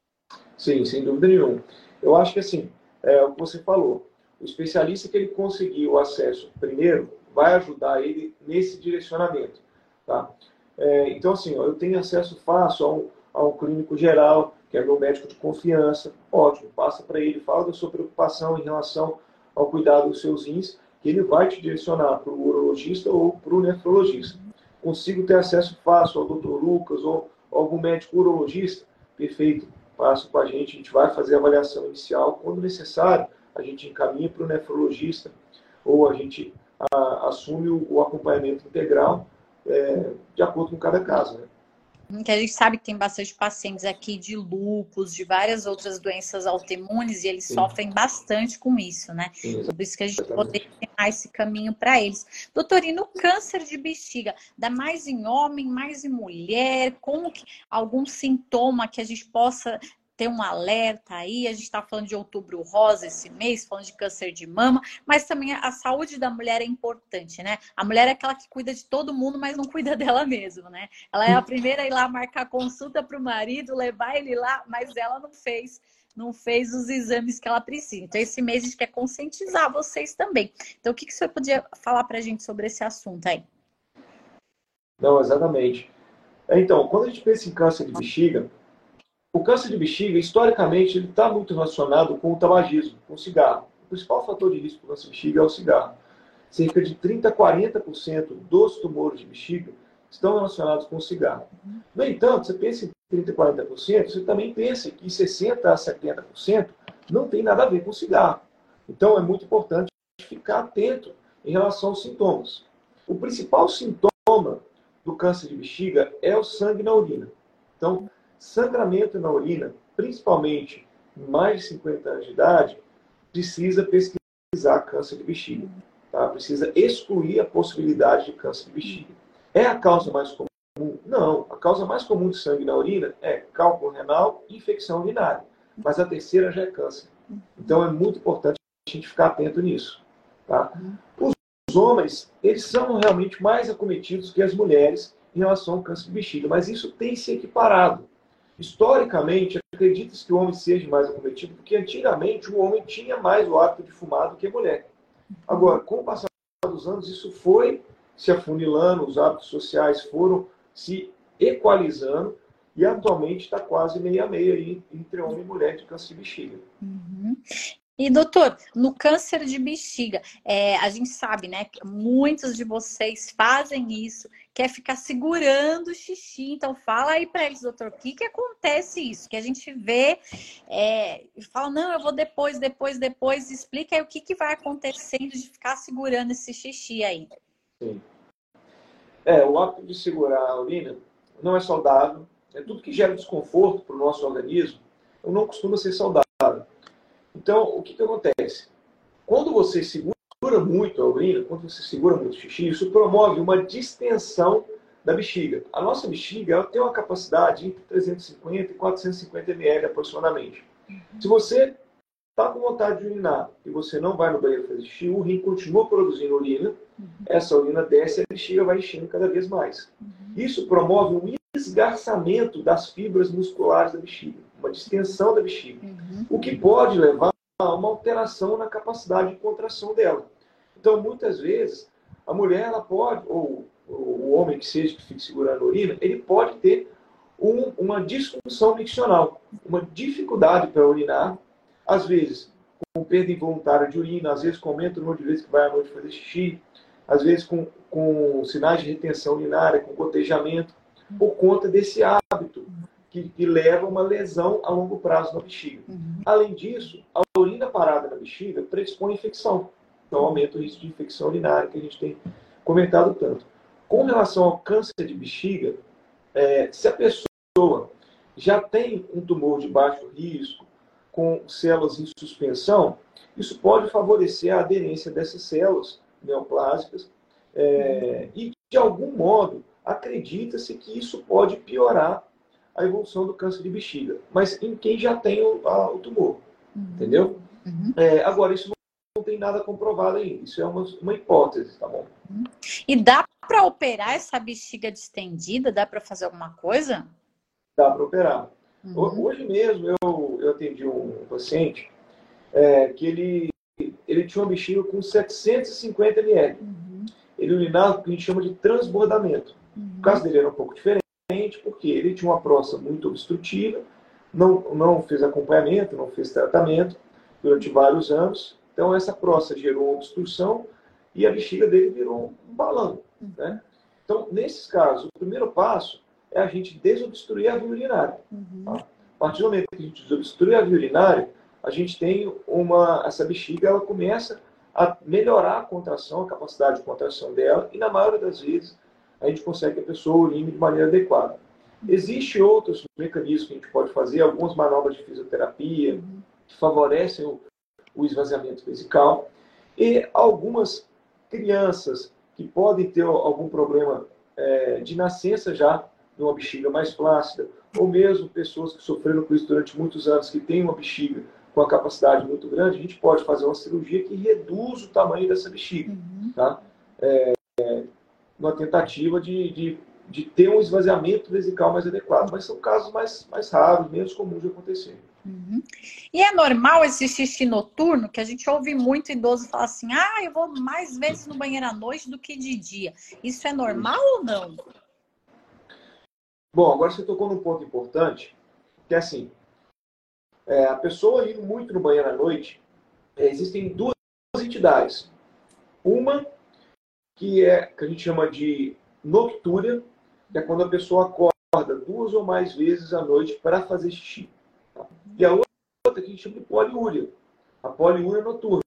Sim, sem dúvida nenhuma. Eu acho que assim, é o que você falou, o especialista que ele conseguiu acesso primeiro vai ajudar ele nesse direcionamento. Tá? É, então, assim, ó, eu tenho acesso fácil a um, a um clínico geral, que é meu médico de confiança, ótimo, passa para ele, fala da sua preocupação em relação ao cuidado dos seus rins, que ele vai te direcionar para o urologista ou para o nefrologista. Consigo ter acesso fácil ao doutor Lucas ou algum médico urologista, perfeito, passa com a gente, a gente vai fazer a avaliação inicial, quando necessário, a gente encaminha para o nefrologista ou a gente a, assume o, o acompanhamento integral é, de acordo com cada caso. Né? Que a gente sabe que tem bastante pacientes aqui de lúpus, de várias outras doenças autoimunes, e eles Sim. sofrem bastante com isso, né? Sim, Por isso que a gente exatamente. poderia ter esse caminho para eles. Doutor, e no câncer de bexiga, dá mais em homem, mais em mulher? Como que algum sintoma que a gente possa ter um alerta aí? A gente está falando de outubro rosa esse mês, falando de câncer de mama, mas também a saúde da mulher é importante, né? A mulher é aquela que cuida de todo mundo, mas não cuida dela mesma, né? Ela é a primeira a ir lá marcar consulta para o marido, levar ele lá, mas ela não fez, não fez os exames que ela precisa. Então, esse mês a gente quer conscientizar vocês também. Então, o que, que você podia falar para a gente sobre esse assunto aí? Não, exatamente. Então, quando a gente pensa em câncer de bexiga, o câncer de bexiga, historicamente, ele está muito relacionado com o tabagismo, com o cigarro. O principal fator de risco para o câncer de bexiga é o cigarro. Cerca de trinta a quarenta por cento dos tumores de bexiga estão relacionados com o cigarro. No entanto, você pensa em trinta a quarenta por cento, você também pensa que sessenta a setenta por cento não tem nada a ver com o cigarro. Então, é muito importante ficar atento em relação aos sintomas. O principal sintoma do câncer de bexiga é o sangue na urina. Então, sangramento na urina, principalmente em mais de cinquenta anos de idade, precisa pesquisar câncer de bexiga. Tá? Precisa excluir a possibilidade de câncer de bexiga. É a causa mais comum? Não. A causa mais comum de sangue na urina é cálculo renal e infecção urinária. Mas a terceira já é câncer. Então é muito importante a gente ficar atento nisso. Tá? Os homens, eles são realmente mais acometidos que as mulheres em relação ao câncer de bexiga, mas isso tem se equiparado. Historicamente, acredita-se que o homem seja mais acometido, porque antigamente o homem tinha mais o hábito de fumar do que a mulher. Agora, com o passar dos anos, isso foi se afunilando, os hábitos sociais foram se equalizando e atualmente está quase meio a meio aí entre homem e mulher de câncer de bexiga. Uhum. E, doutor, no câncer de bexiga, é, a gente sabe, né, que muitos de vocês fazem isso, que é ficar segurando o xixi. Então, fala aí para eles, doutor, o que que acontece isso? Que a gente vê é, e fala, não, eu vou depois, depois, depois. Explica aí o que que vai acontecendo de ficar segurando esse xixi aí. Sim. É, o hábito de segurar a urina não é saudável. É tudo que gera desconforto para o nosso organismo, não costuma ser saudável. Então, o que, que acontece? Quando você segura muito a urina, quando você segura muito o xixi, isso promove uma distensão da bexiga. A nossa bexiga ela tem uma capacidade entre trezentos e cinquenta e quatrocentos e cinquenta mililitros aproximadamente. Se você está com vontade de urinar e você não vai no banheiro fazer xixi, o rim continua produzindo urina, essa urina desce e a bexiga vai enchendo cada vez mais. Isso promove um esgarçamento das fibras musculares da bexiga, uma distensão da bexiga, uhum. o que pode levar a uma alteração na capacidade de contração dela. Então, muitas vezes, a mulher ela pode, ou, ou o homem que seja que fique segurando a urina, ele pode ter um, uma disfunção miccional, uma dificuldade para urinar, às vezes com perda involuntária de urina, às vezes com aumento no número de vezes que vai à noite fazer xixi, às vezes com, com sinais de retenção urinária, com gotejamento, por conta desse hábito que, que leva a uma lesão a longo prazo na bexiga. Uhum. Além disso, a urina parada na bexiga predispõe à infecção. Então, aumenta o risco de infecção urinária, que a gente tem comentado tanto. Com relação ao câncer de bexiga, é, se a pessoa já tem um tumor de baixo risco, com células em suspensão, isso pode favorecer a aderência dessas células neoplásicas é, e, de algum modo, acredita-se que isso pode piorar a evolução do câncer de bexiga, mas em quem já tem o, a, o tumor, uhum. entendeu? Uhum. É, agora, isso não, não tem nada comprovado ainda, isso é uma, uma hipótese, tá bom? Uhum. E dá para operar essa bexiga distendida? Dá para fazer alguma coisa? Dá para operar. Uhum. Hoje mesmo eu, eu atendi um paciente é, que ele, ele tinha uma bexiga com setecentos e cinquenta mililitros. Uhum. Ele urinava o que a gente chama de transbordamento. Uhum. O caso dele era um pouco diferente, porque ele tinha uma próstata muito obstrutiva, não, não fez acompanhamento, não fez tratamento durante vários anos. Então essa próstata gerou uma obstrução e a bexiga dele virou um balão. Uhum. Né? Então, nesses casos, o primeiro passo é a gente desobstruir a via urinária. Uhum. Tá? A partir do momento que a gente desobstrui a via urinária, a gente tem uma... Essa bexiga, ela começa a melhorar a contração, a capacidade de contração dela, e na maioria das vezes a gente consegue que a pessoa urine de maneira adequada. Existem outros mecanismos que a gente pode fazer, algumas manobras de fisioterapia que favorecem o, o esvaziamento vesical, e algumas crianças que podem ter algum problema é, de nascença já, de uma bexiga mais flácida, ou mesmo pessoas que sofreram com isso durante muitos anos, que têm uma bexiga com a capacidade muito grande, a gente pode fazer uma cirurgia que reduz o tamanho dessa bexiga, uhum. tá? É, é, uma tentativa de, de, de ter um esvaziamento vesical mais adequado, mas são casos mais, mais raros, menos comuns de acontecer. Uhum. E é normal esse xixi noturno, que a gente ouve muito idoso falar assim, ah, eu vou mais vezes no banheiro à noite do que de dia. Isso é normal ou não? Bom, agora você tocou num ponto importante, que é assim, é, a pessoa indo muito no banheiro à noite, é, existem duas entidades. Uma que é que a gente chama de noctúria, que é quando a pessoa acorda duas ou mais vezes à noite para fazer xixi. Tá? E a outra que a gente chama de poliúria, a poliúria noturna.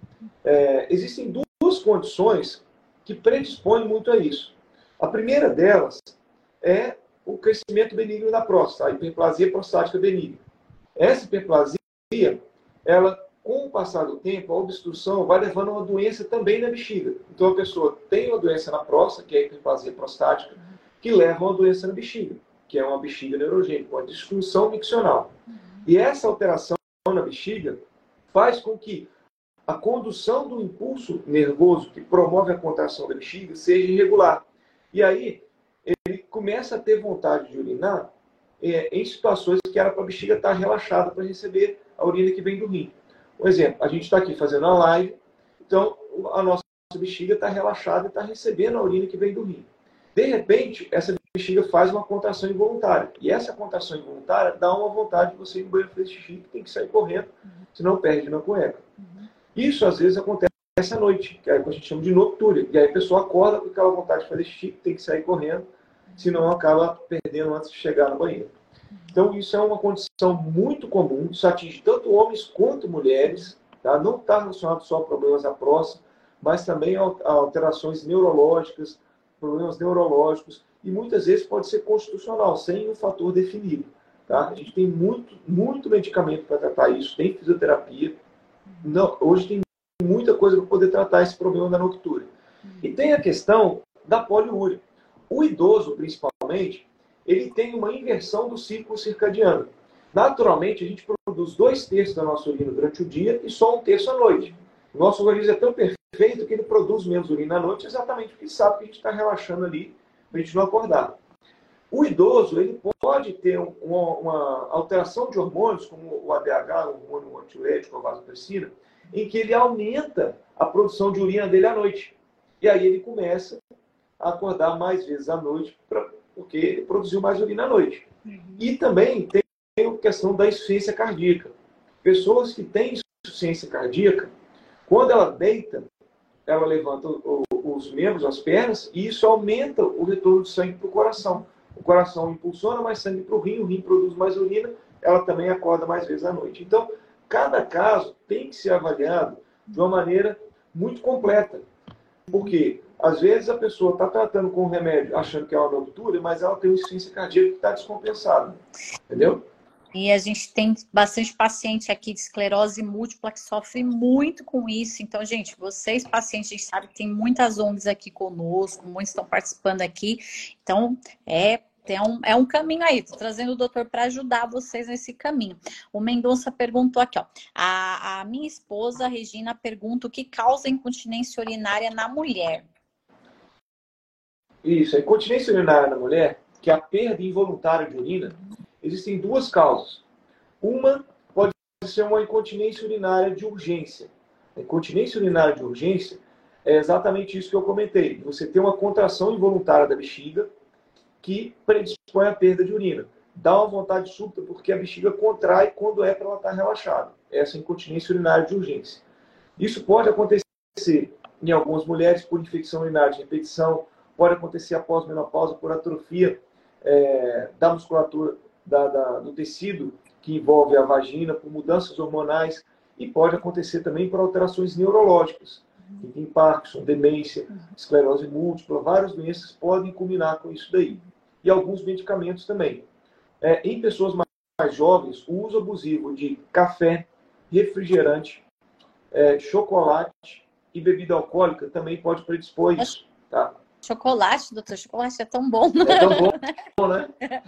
É, existem duas condições que predispõem muito a isso. A primeira delas é o crescimento benigno da próstata, a hiperplasia prostática benigna. Essa hiperplasia, ela, com o passar do tempo, a obstrução vai levando a uma doença também na bexiga. Então a pessoa tem uma doença na próstata, que é a hiperplasia prostática, que leva a uma doença na bexiga, que é uma bexiga neurogênica, uma disfunção miccional. E essa alteração na bexiga faz com que a condução do impulso nervoso que promove a contração da bexiga seja irregular. E aí, ele começa a ter vontade de urinar é, em situações que era para a bexiga estar relaxada para receber a urina que vem do rim. Por exemplo, a gente está aqui fazendo a live, então a nossa bexiga está relaxada e está recebendo a urina que vem do rim. De repente, essa bexiga faz uma contração involuntária. E essa contração involuntária dá uma vontade de você ir no banheiro fazer xixi, que tem que sair correndo, senão perde na cueca. Isso, às vezes, acontece à noite, que é o que a gente chama de noctúria. E aí a pessoa acorda com aquela vontade de fazer xixi, tem que sair correndo, senão acaba perdendo antes de chegar no banheiro. Então, isso é uma condição muito comum, isso atinge tanto homens quanto mulheres, tá? Não está relacionado só a problemas da próstata, mas também a alterações neurológicas, problemas neurológicos, e muitas vezes pode ser constitucional, sem um fator definido. Tá? A gente tem muito, muito medicamento para tratar isso, tem fisioterapia. Não, hoje tem muita coisa para poder tratar esse problema da noctúria. E tem a questão da poliúria. O idoso, principalmente, ele tem uma inversão do ciclo circadiano. Naturalmente, a gente produz dois terços da nossa urina durante o dia e só um terço à noite. O nosso organismo é tão perfeito que ele produz menos urina à noite exatamente porque sabe que a gente está relaxando ali para a gente não acordar. O idoso, ele pode ter uma, uma alteração de hormônios, como o A D H, o hormônio antidiurético, a vasopressina, em que ele aumenta a produção de urina dele à noite. E aí ele começa a acordar mais vezes à noite, pra, porque ele produziu mais urina à noite. Uhum. E também tem a questão da insuficiência cardíaca. Pessoas que têm insuficiência cardíaca, quando ela deita, ela levanta o, o, os membros, as pernas, e isso aumenta o retorno de sangue para o coração. O coração impulsiona mais sangue para o rim, o rim produz mais urina, ela também acorda mais vezes à noite. Então, cada caso tem que ser avaliado de uma maneira muito completa. Porque, às vezes, a pessoa está tratando com o remédio achando que é uma noctúria, mas ela tem uma insuficiência cardíaca que está descompensada. Entendeu? E a gente tem bastante paciente aqui de esclerose múltipla que sofre muito com isso. Então, gente, vocês pacientes, a gente sabe que tem muitas O N Gs aqui conosco, muitos estão participando aqui. Então, é, é, um, é um caminho aí. Estou trazendo o doutor para ajudar vocês nesse caminho. O Mendonça perguntou aqui, ó. A, a minha esposa, a Regina, pergunta o que causa incontinência urinária na mulher. Isso, a incontinência urinária na mulher, que é a perda involuntária de urina, existem duas causas. Uma pode ser uma incontinência urinária de urgência. A incontinência urinária de urgência é exatamente isso que eu comentei. Você tem uma contração involuntária da bexiga que predispõe à perda de urina. Dá uma vontade súbita porque a bexiga contrai quando é para ela estar relaxada. Essa é a incontinência urinária de urgência. Isso pode acontecer em algumas mulheres por infecção urinária de repetição, pode acontecer após menopausa por atrofia é, da musculatura Da, da, do tecido que envolve a vagina, por mudanças hormonais, e pode acontecer também por alterações neurológicas. Quem tem Parkinson, demência, esclerose múltipla, várias doenças podem culminar com isso daí. e alguns medicamentos também. É, em pessoas mais jovens, o uso abusivo de café, refrigerante, é, chocolate e bebida alcoólica também pode predispor a isso. Tá? Chocolate, doutor, chocolate é tão bom. É tão bom, né?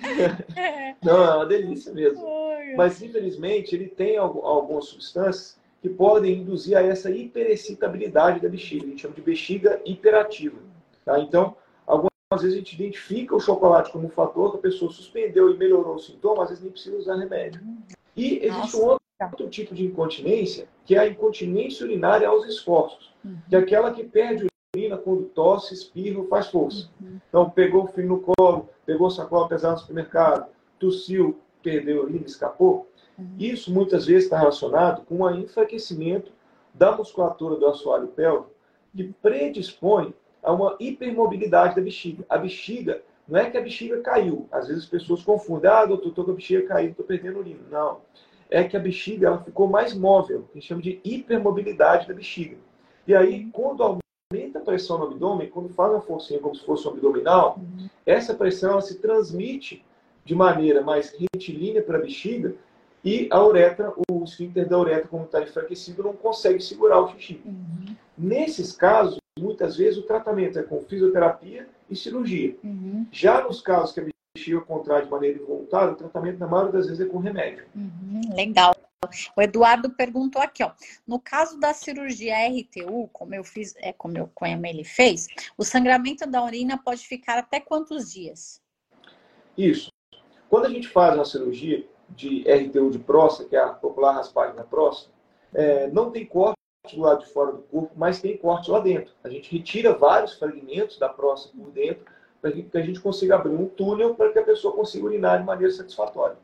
Não, é uma delícia mesmo. Mas, infelizmente, ele tem algumas substâncias que podem induzir a essa hiperexcitabilidade da bexiga. A gente chama de bexiga hiperativa. Tá? Então, algumas vezes a gente identifica o chocolate como um fator que a pessoa suspendeu e melhorou o sintoma, às vezes nem precisa usar remédio. E existe um outro, outro tipo de incontinência, que é a incontinência urinária aos esforços, uhum. que é aquela que perde urina quando tosse, espirra ou faz força. Uhum. Então, pegou o filho no colo, pegou sacola pesada no supermercado, tossiu, perdeu a urina, escapou. Uhum. Isso muitas vezes está relacionado com um enfraquecimento da musculatura do assoalho pélvico, que predispõe a uma hipermobilidade da bexiga. A bexiga, não é que a bexiga caiu. Às vezes as pessoas confundem. Ah, doutor, estou com a bexiga caída, estou perdendo urina. Não. É que a bexiga ela ficou mais móvel, que a gente chama de hipermobilidade da bexiga. E aí, quando aumenta a pressão no abdômen, quando faz uma forcinha como se fosse um abdominal, uhum. essa pressão ela se transmite de maneira mais retilínea para a bexiga e a uretra, o esfíncter da uretra, como está enfraquecido, não consegue segurar o xixi. Uhum. Nesses casos, muitas vezes o tratamento é com fisioterapia e cirurgia. Uhum. Já nos casos que a bexiga contrai de maneira involuntária, o tratamento, na maioria das vezes, é com remédio. Uhum. Legal. O Eduardo perguntou aqui, ó. No caso da cirurgia R T U, como eu fiz, é como, eu, como ele fez, o sangramento da urina pode ficar até quantos dias? Isso. Quando a gente faz uma cirurgia de R T U de próstata, que é a popular raspagem na próstata, é, não tem corte do lado de fora do corpo, mas tem corte lá dentro. A gente retira vários fragmentos da próstata por dentro para que a gente consiga abrir um túnel para que a pessoa consiga urinar de maneira satisfatória.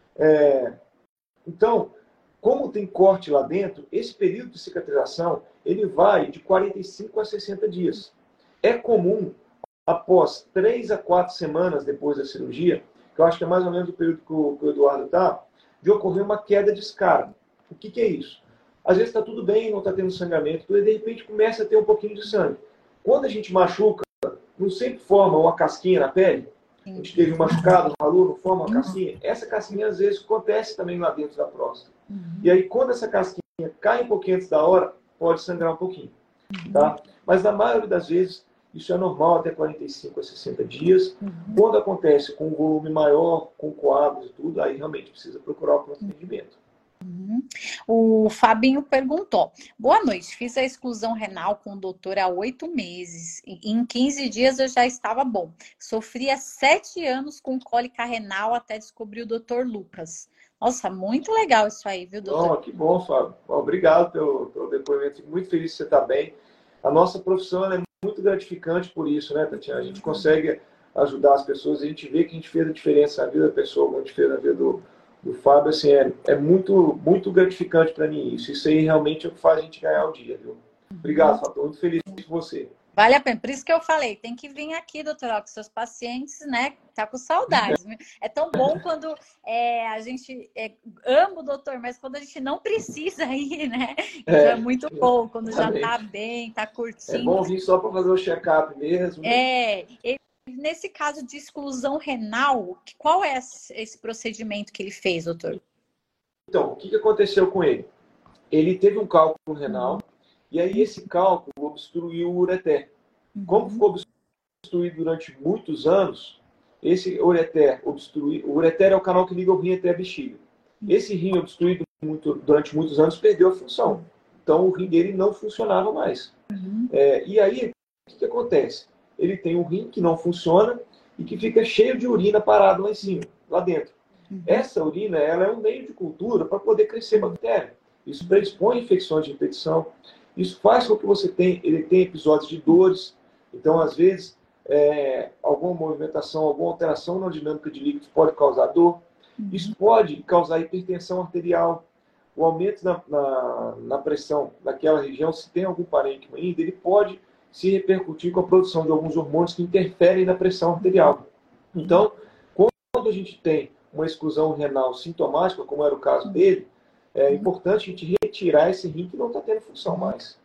É, então, como tem corte lá dentro, esse período de cicatrização ele vai de quarenta e cinco a sessenta dias. É comum, após três a quatro semanas depois da cirurgia, que eu acho que é mais ou menos o período que o, que o Eduardo está, de ocorrer uma queda de escargo. O que, que é isso? Às vezes está tudo bem, não está tendo sangramento, e de repente começa a ter um pouquinho de sangue. Quando a gente machuca, não sempre forma uma casquinha na pele. A gente teve um machucado, ralou, não forma uma casquinha. Essa casquinha, às vezes, acontece também lá dentro da próstata. E aí, quando essa casquinha cai um pouquinho antes da hora, pode sangrar um pouquinho. Tá? Mas, na maioria das vezes, isso é normal até quarenta e cinco a sessenta dias. Quando acontece com um volume maior, com coágulos e tudo, aí realmente precisa procurar o pronto atendimento. Uhum. O Fabinho perguntou: boa noite, fiz a exclusão renal com o doutor há oito meses e em quinze dias eu já estava bom. Sofri há sete anos com cólica renal até descobrir o doutor Lucas. Nossa, muito legal isso aí, viu, doutor? Oh, que bom, Fábio. Obrigado pelo, pelo depoimento. Fico muito feliz que você está bem. A nossa profissão é muito gratificante por isso, né, Tatiana? A gente consegue ajudar as pessoas, a gente vê que a gente fez a diferença na vida da pessoa, como a gente fez na vida do do Fábio, assim, é, é muito, muito gratificante para mim isso. Isso aí realmente é o que faz a gente ganhar o dia, viu? Obrigado, Fábio. Estou muito feliz com você. Vale a pena. Por isso que eu falei, tem que vir aqui, doutor, com seus pacientes, né? Tá com saudades. É tão bom quando é, a gente é, ama o doutor, mas quando a gente não precisa ir, né? Então é, é muito bom, quando exatamente. Já tá bem, tá curtindo. É bom vir só para fazer o check-up mesmo. É, ele... Nesse caso de exclusão renal, qual é esse procedimento que ele fez, doutor? Então, o que aconteceu com ele? Ele teve um cálculo renal, uhum. e aí esse cálculo obstruiu o ureter. Uhum. Como ficou obstruído durante muitos anos, esse ureter obstruiu... O ureter é o canal que liga o rim até a bexiga. Esse rim obstruído muito, durante muitos anos perdeu a função. Então, o rim dele não funcionava mais. Uhum. É, e aí, o que, que acontece? Ele tem um rim que não funciona e que fica cheio de urina parado lá em cima, lá dentro. Uhum. Essa urina ela é um meio de cultura para poder crescer bactéria. Isso predispõe a infecções de repetição. Isso faz com que você tenha, ele tenha episódios de dores. Então, às vezes, é, alguma movimentação, alguma alteração na dinâmica de líquidos pode causar dor. Uhum. Isso pode causar hipertensão arterial. O aumento na, na, na pressão naquela região, se tem algum parênquima ainda, ele pode se repercutir com a produção de alguns hormônios que interferem na pressão arterial. Então, quando a gente tem uma exclusão renal sintomática, como era o caso dele, é importante a gente retirar esse rim que não está tendo função mais.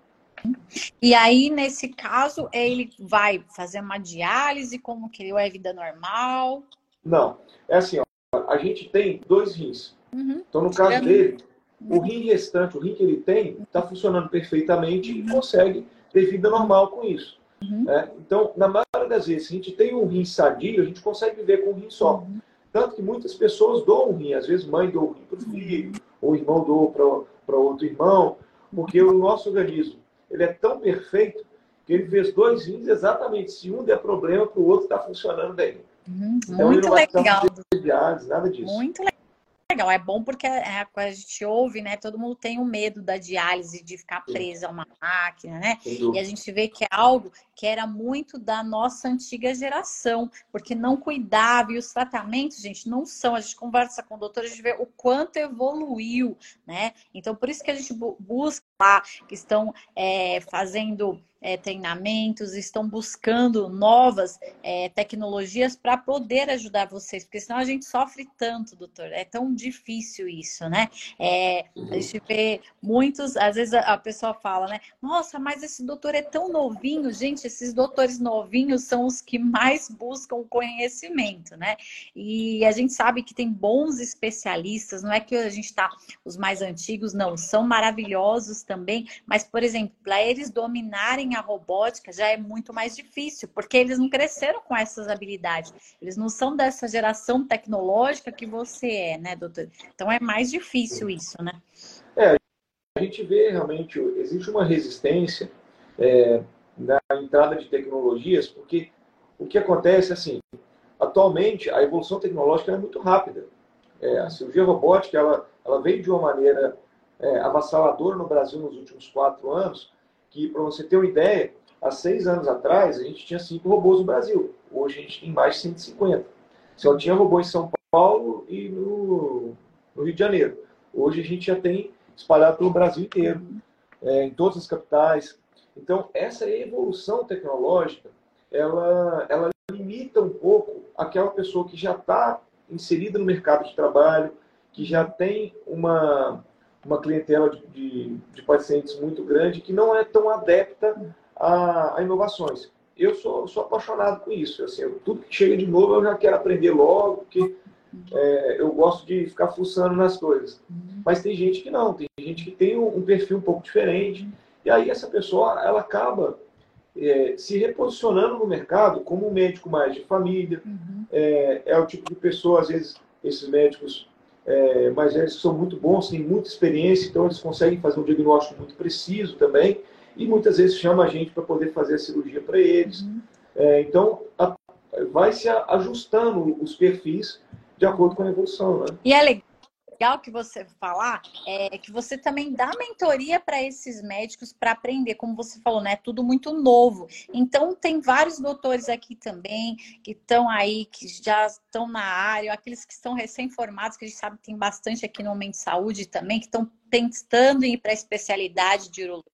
E aí, nesse caso, ele vai fazer uma diálise, como que ele é vida normal? Não, é assim, ó, a gente tem dois rins. Uhum. Então, no caso dele, o rim restante, o rim que ele tem, está funcionando perfeitamente e consegue ter vida normal com isso. Uhum. Né? Então, na maioria das vezes, se a gente tem um rim sadio, a gente consegue viver com um rim só. Uhum. Tanto que muitas pessoas doam um rim. Às vezes, mãe doa o rim para o filho, ou o irmão doa para outro irmão, porque o nosso organismo ele é tão perfeito que ele fez dois rins exatamente. Se um der problema, para o outro está funcionando bem. Uhum. Então, Muito legal. De diálise, nada disso. Muito legal. Legal, é bom porque é, a gente ouve, né? Todo mundo tem o medo da diálise, de ficar presa a uma máquina, né? E a gente vê que é algo que era muito da nossa antiga geração, porque não cuidava, e os tratamentos, gente, não são. A gente conversa com o doutor, a gente vê o quanto evoluiu, né? Então, por isso que a gente busca lá, que estão é, fazendo é, treinamentos, estão buscando novas é, tecnologias para poder ajudar vocês, porque senão a gente sofre tanto, doutor. É tão difícil isso, né? É, a gente vê muitos, às vezes a pessoa fala, né? Nossa, mas esse doutor é tão novinho. Gente, esses doutores novinhos são os que mais buscam conhecimento, né? E a gente sabe que tem bons especialistas, não é que a gente tá, os mais antigos, não, são maravilhosos também, mas, por exemplo, para eles dominarem a robótica já é muito mais difícil, porque eles não cresceram com essas habilidades. Eles não são dessa geração tecnológica que você é, né, doutor? Então é mais difícil isso, né? É, a gente vê realmente, existe uma resistência é, na entrada de tecnologias, porque o que acontece, assim, atualmente a evolução tecnológica é muito rápida. É, a cirurgia robótica, ela, ela veio de uma maneira é, avassaladora no Brasil nos últimos quatro anos, que, para você ter uma ideia, há seis anos atrás, a gente tinha cinco robôs no Brasil. Hoje a gente tem mais de cento e cinquenta. Só tinha robô em São Paulo e no, no Rio de Janeiro. Hoje a gente já tem espalhado pelo Brasil inteiro, é, em todas as capitais. Então, essa evolução tecnológica, ela, ela limita um pouco aquela pessoa que já está inserida no mercado de trabalho, que já tem uma, uma clientela de, de, de pacientes muito grande, que não é tão adepta a, a inovações. Eu sou, sou apaixonado com isso. Assim, eu, tudo que chega de novo eu já quero aprender logo, porque é, eu gosto de ficar fuçando nas coisas. Mas tem gente que não, tem gente que tem um, um perfil um pouco diferente. E aí essa pessoa, ela acaba é, se reposicionando no mercado como um médico mais de família. Uhum. É, é o tipo de pessoa, às vezes, esses médicos é, mais velhos que são muito bons, têm muita experiência, então eles conseguem fazer um diagnóstico muito preciso também. E muitas vezes chama a gente para poder fazer a cirurgia para eles. Uhum. É, então, a, vai se ajustando os perfis de acordo com a evolução, né? E é legal que você falar é que você também dá mentoria para esses médicos para aprender, como você falou, né? Tudo muito novo. Então, tem vários doutores aqui também que estão aí, que já estão na área, aqueles que estão recém-formados, que a gente sabe que tem bastante aqui no Momento de Saúde também, que estão tentando ir para a especialidade de urologia.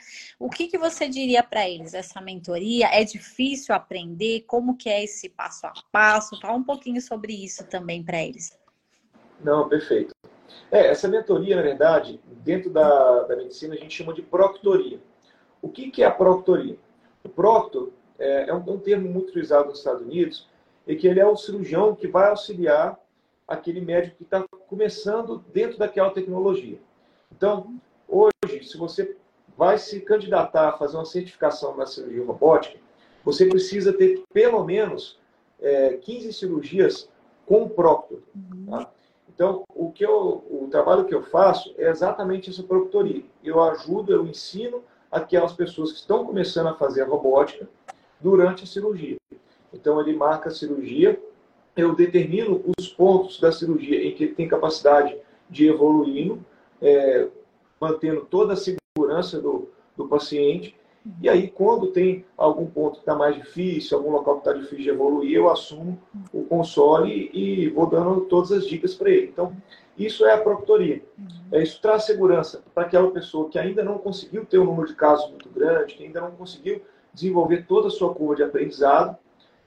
O que, que você diria para eles? Essa mentoria é difícil aprender? Como que é esse passo a passo? Fala um pouquinho sobre isso também para eles. Não, perfeito. É, essa mentoria, na verdade, dentro da, da medicina a gente chama de proctoria. O que, que é a proctoria? O proctor é, é, um, é um termo muito utilizado nos Estados Unidos, e que ele é o cirurgião que vai auxiliar aquele médico que está começando dentro daquela tecnologia. Então, hoje, se você vai se candidatar a fazer uma certificação na cirurgia robótica, você precisa ter pelo menos é, quinze cirurgias com o proctor. Tá? Então, o, que eu, o trabalho que eu faço é exatamente essa proctoria. Eu ajudo, eu ensino aquelas pessoas que estão começando a fazer a robótica durante a cirurgia. Então, ele marca a cirurgia, eu determino os pontos da cirurgia em que ele tem capacidade de evoluir, é, mantendo toda a segurança do, do paciente. E aí, quando tem algum ponto que está mais difícil, algum local que está difícil de evoluir, eu assumo o console e vou dando todas as dicas para ele. Então, isso é a proctoria. É, isso traz segurança para aquela pessoa que ainda não conseguiu ter um número de casos muito grande, que ainda não conseguiu desenvolver toda a sua curva de aprendizado.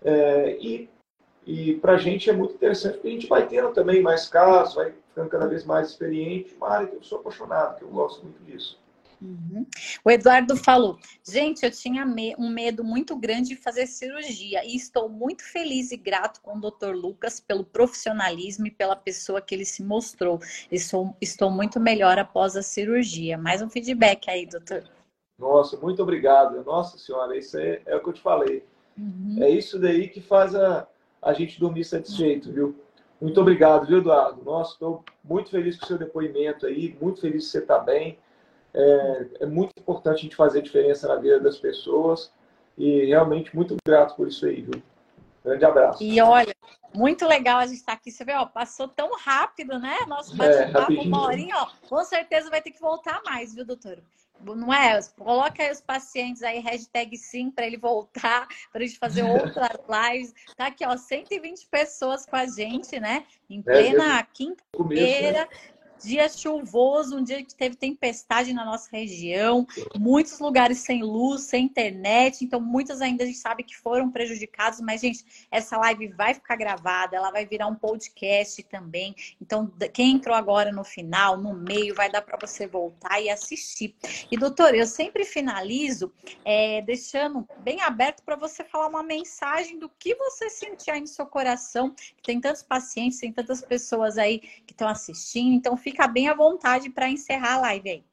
É, e e para a gente é muito interessante, porque a gente vai tendo também mais casos, vai ficando cada vez mais experiente. Uma área que eu sou apaixonado, que eu gosto muito disso. Uhum. O Eduardo falou, gente, eu tinha me um medo muito grande de fazer cirurgia e estou muito feliz e grato com o doutor Lucas pelo profissionalismo e pela pessoa que ele se mostrou. Estou, estou muito melhor após a cirurgia. Mais um feedback aí, doutor. Nossa, muito obrigado. Nossa senhora, isso é, é o que eu te falei. Uhum. É isso daí que faz a, a gente dormir satisfeito, viu? Muito obrigado, viu, Eduardo? Nossa, estou muito feliz com o seu depoimento aí, muito feliz que você está bem. É, é muito importante a gente fazer diferença na vida das pessoas e realmente muito grato por isso aí, viu? Grande abraço. E olha, muito legal a gente estar aqui. Você vê, ó, passou tão rápido, né? Nosso É, bate-papo, uma rapidinho. horinha, ó. Com certeza vai ter que voltar mais, viu, doutor? Não é? Coloca aí os pacientes aí, hashtag sim, para ele voltar, para a gente fazer outras lives. Tá aqui, ó, cento e vinte pessoas com a gente, né? Em plena É, quinta-feira. Né? Dia chuvoso, um dia que teve tempestade na nossa região, muitos lugares sem luz, sem internet, então muitos ainda a gente sabe que foram prejudicados, mas, gente, essa live vai ficar gravada, ela vai virar um podcast também, então quem entrou agora no final, no meio, vai dar para você voltar e assistir. E, doutor, eu sempre finalizo é, deixando bem aberto para você falar uma mensagem do que você sentir aí no seu coração, que tem tantos pacientes, tem tantas pessoas aí que estão assistindo, então fica bem à vontade para encerrar a live aí.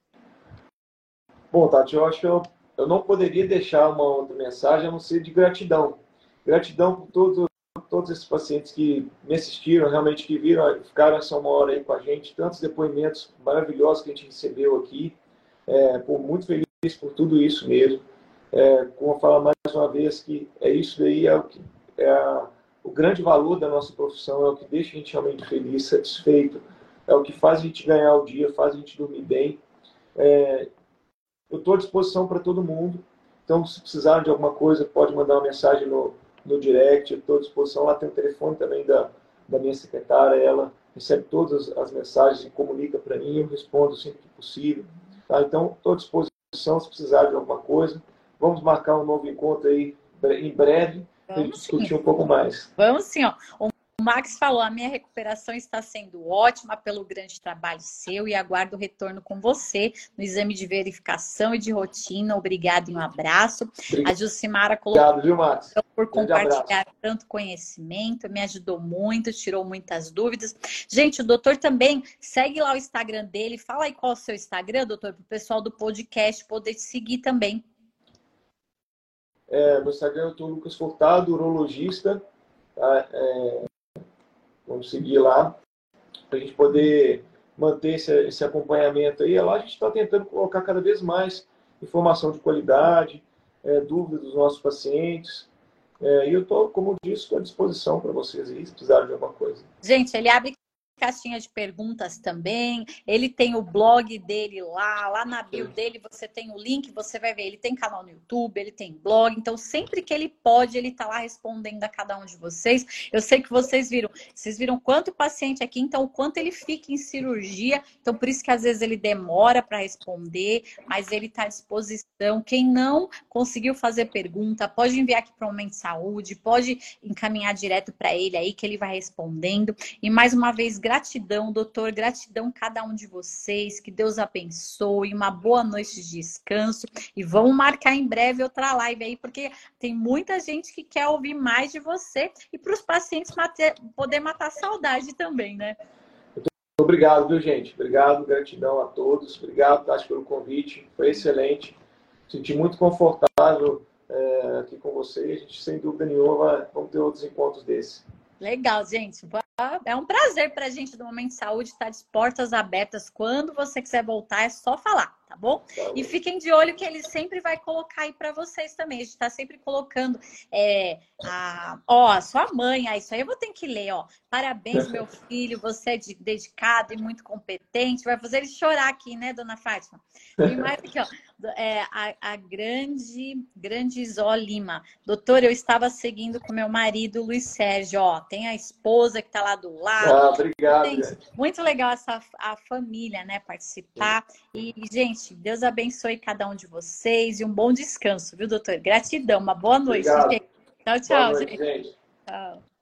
Bom, Tati, eu acho que eu, eu não poderia deixar uma outra mensagem a não ser de gratidão. Gratidão por todos, todos esses pacientes que me assistiram, realmente que viram, ficaram essa uma hora aí com a gente, tantos depoimentos maravilhosos que a gente recebeu aqui. É, por, muito feliz por tudo isso mesmo. É, como eu falo mais uma vez, que é isso daí, é o, que, é a, o grande valor da nossa profissão, é o que deixa a gente realmente feliz, satisfeito, é o que faz a gente ganhar o dia, faz a gente dormir bem. É, eu estou à disposição para todo mundo, então se precisarem de alguma coisa, pode mandar uma mensagem no, no direct, eu estou à disposição. Lá tem o telefone também da, da minha secretária, ela recebe todas as mensagens e comunica para mim, eu respondo sempre que possível. Tá? Então, estou à disposição se precisar de alguma coisa. Vamos marcar um novo encontro aí em breve para a gente discutir um pouco mais. Vamos sim, ó. O Max falou, a minha recuperação está sendo ótima pelo grande trabalho seu e aguardo o retorno com você no exame de verificação e de rotina. Obrigado e um abraço. Obrigado. A Jucimara colocou Obrigado, viu, Max? por compartilhar tanto conhecimento, me ajudou muito, tirou muitas dúvidas. Gente, o doutor também segue lá o Instagram dele. Fala aí qual é o seu Instagram, doutor, para o pessoal do podcast poder te seguir também. É, no Instagram eu estou Lucas Furtado, urologista. Tá? É, vamos seguir lá para a gente poder manter esse, esse acompanhamento aí. Lá a gente está tentando colocar cada vez mais informação de qualidade, é, dúvidas dos nossos pacientes. É, e eu estou, como eu disse, estou à disposição para vocês aí, se precisarem de alguma coisa. Gente, ele abre caixinha de perguntas também, ele tem o blog dele lá, lá na bio dele você tem o link, você vai ver, ele tem canal no YouTube, ele tem blog, então sempre que ele pode, ele tá lá respondendo a cada um de vocês. Eu sei que vocês viram, vocês viram quanto paciente aqui, então o quanto ele fica em cirurgia, então por isso que às vezes ele demora para responder, mas ele tá à disposição. Quem não conseguiu fazer pergunta, pode enviar aqui para o Momento Saúde, pode encaminhar direto para ele aí que ele vai respondendo. E mais uma vez, gratidão, doutor, gratidão a cada um de vocês, que Deus abençoe, uma boa noite de descanso e vamos marcar em breve outra live aí, porque tem muita gente que quer ouvir mais de você e para os pacientes mater, poder matar a saudade também, né? Obrigado, viu, gente? Obrigado, gratidão a todos, obrigado, Tati, pelo convite, foi excelente, senti muito confortável é, aqui com vocês, a gente sem dúvida nenhuma vai, vamos ter outros encontros desses. Legal, gente. É um prazer para a gente do Momento Saúde estar de portas abertas. Quando você quiser voltar, é só falar, tá bom? Tá bom. E fiquem de olho que ele sempre vai colocar aí para vocês também. A gente está sempre colocando é, a... Ó, a sua mãe, ah, isso aí eu vou ter que ler, ó. Parabéns, meu filho, você é dedicado e muito competente. Vai fazer ele chorar aqui, né, dona Fátima? E mais aqui, ó. É, a, a grande, grande Zó Lima. Doutor, eu estava seguindo com meu marido, Luiz Sérgio, ó. Tem a esposa que tá lá do lado. Ah, obrigado. Tem, muito legal essa a família, né, participar. E, gente, Deus abençoe cada um de vocês e um bom descanso, viu, doutor? Gratidão, uma boa noite. Gente. Tchau, tchau, boa noite, gente. gente. Tchau.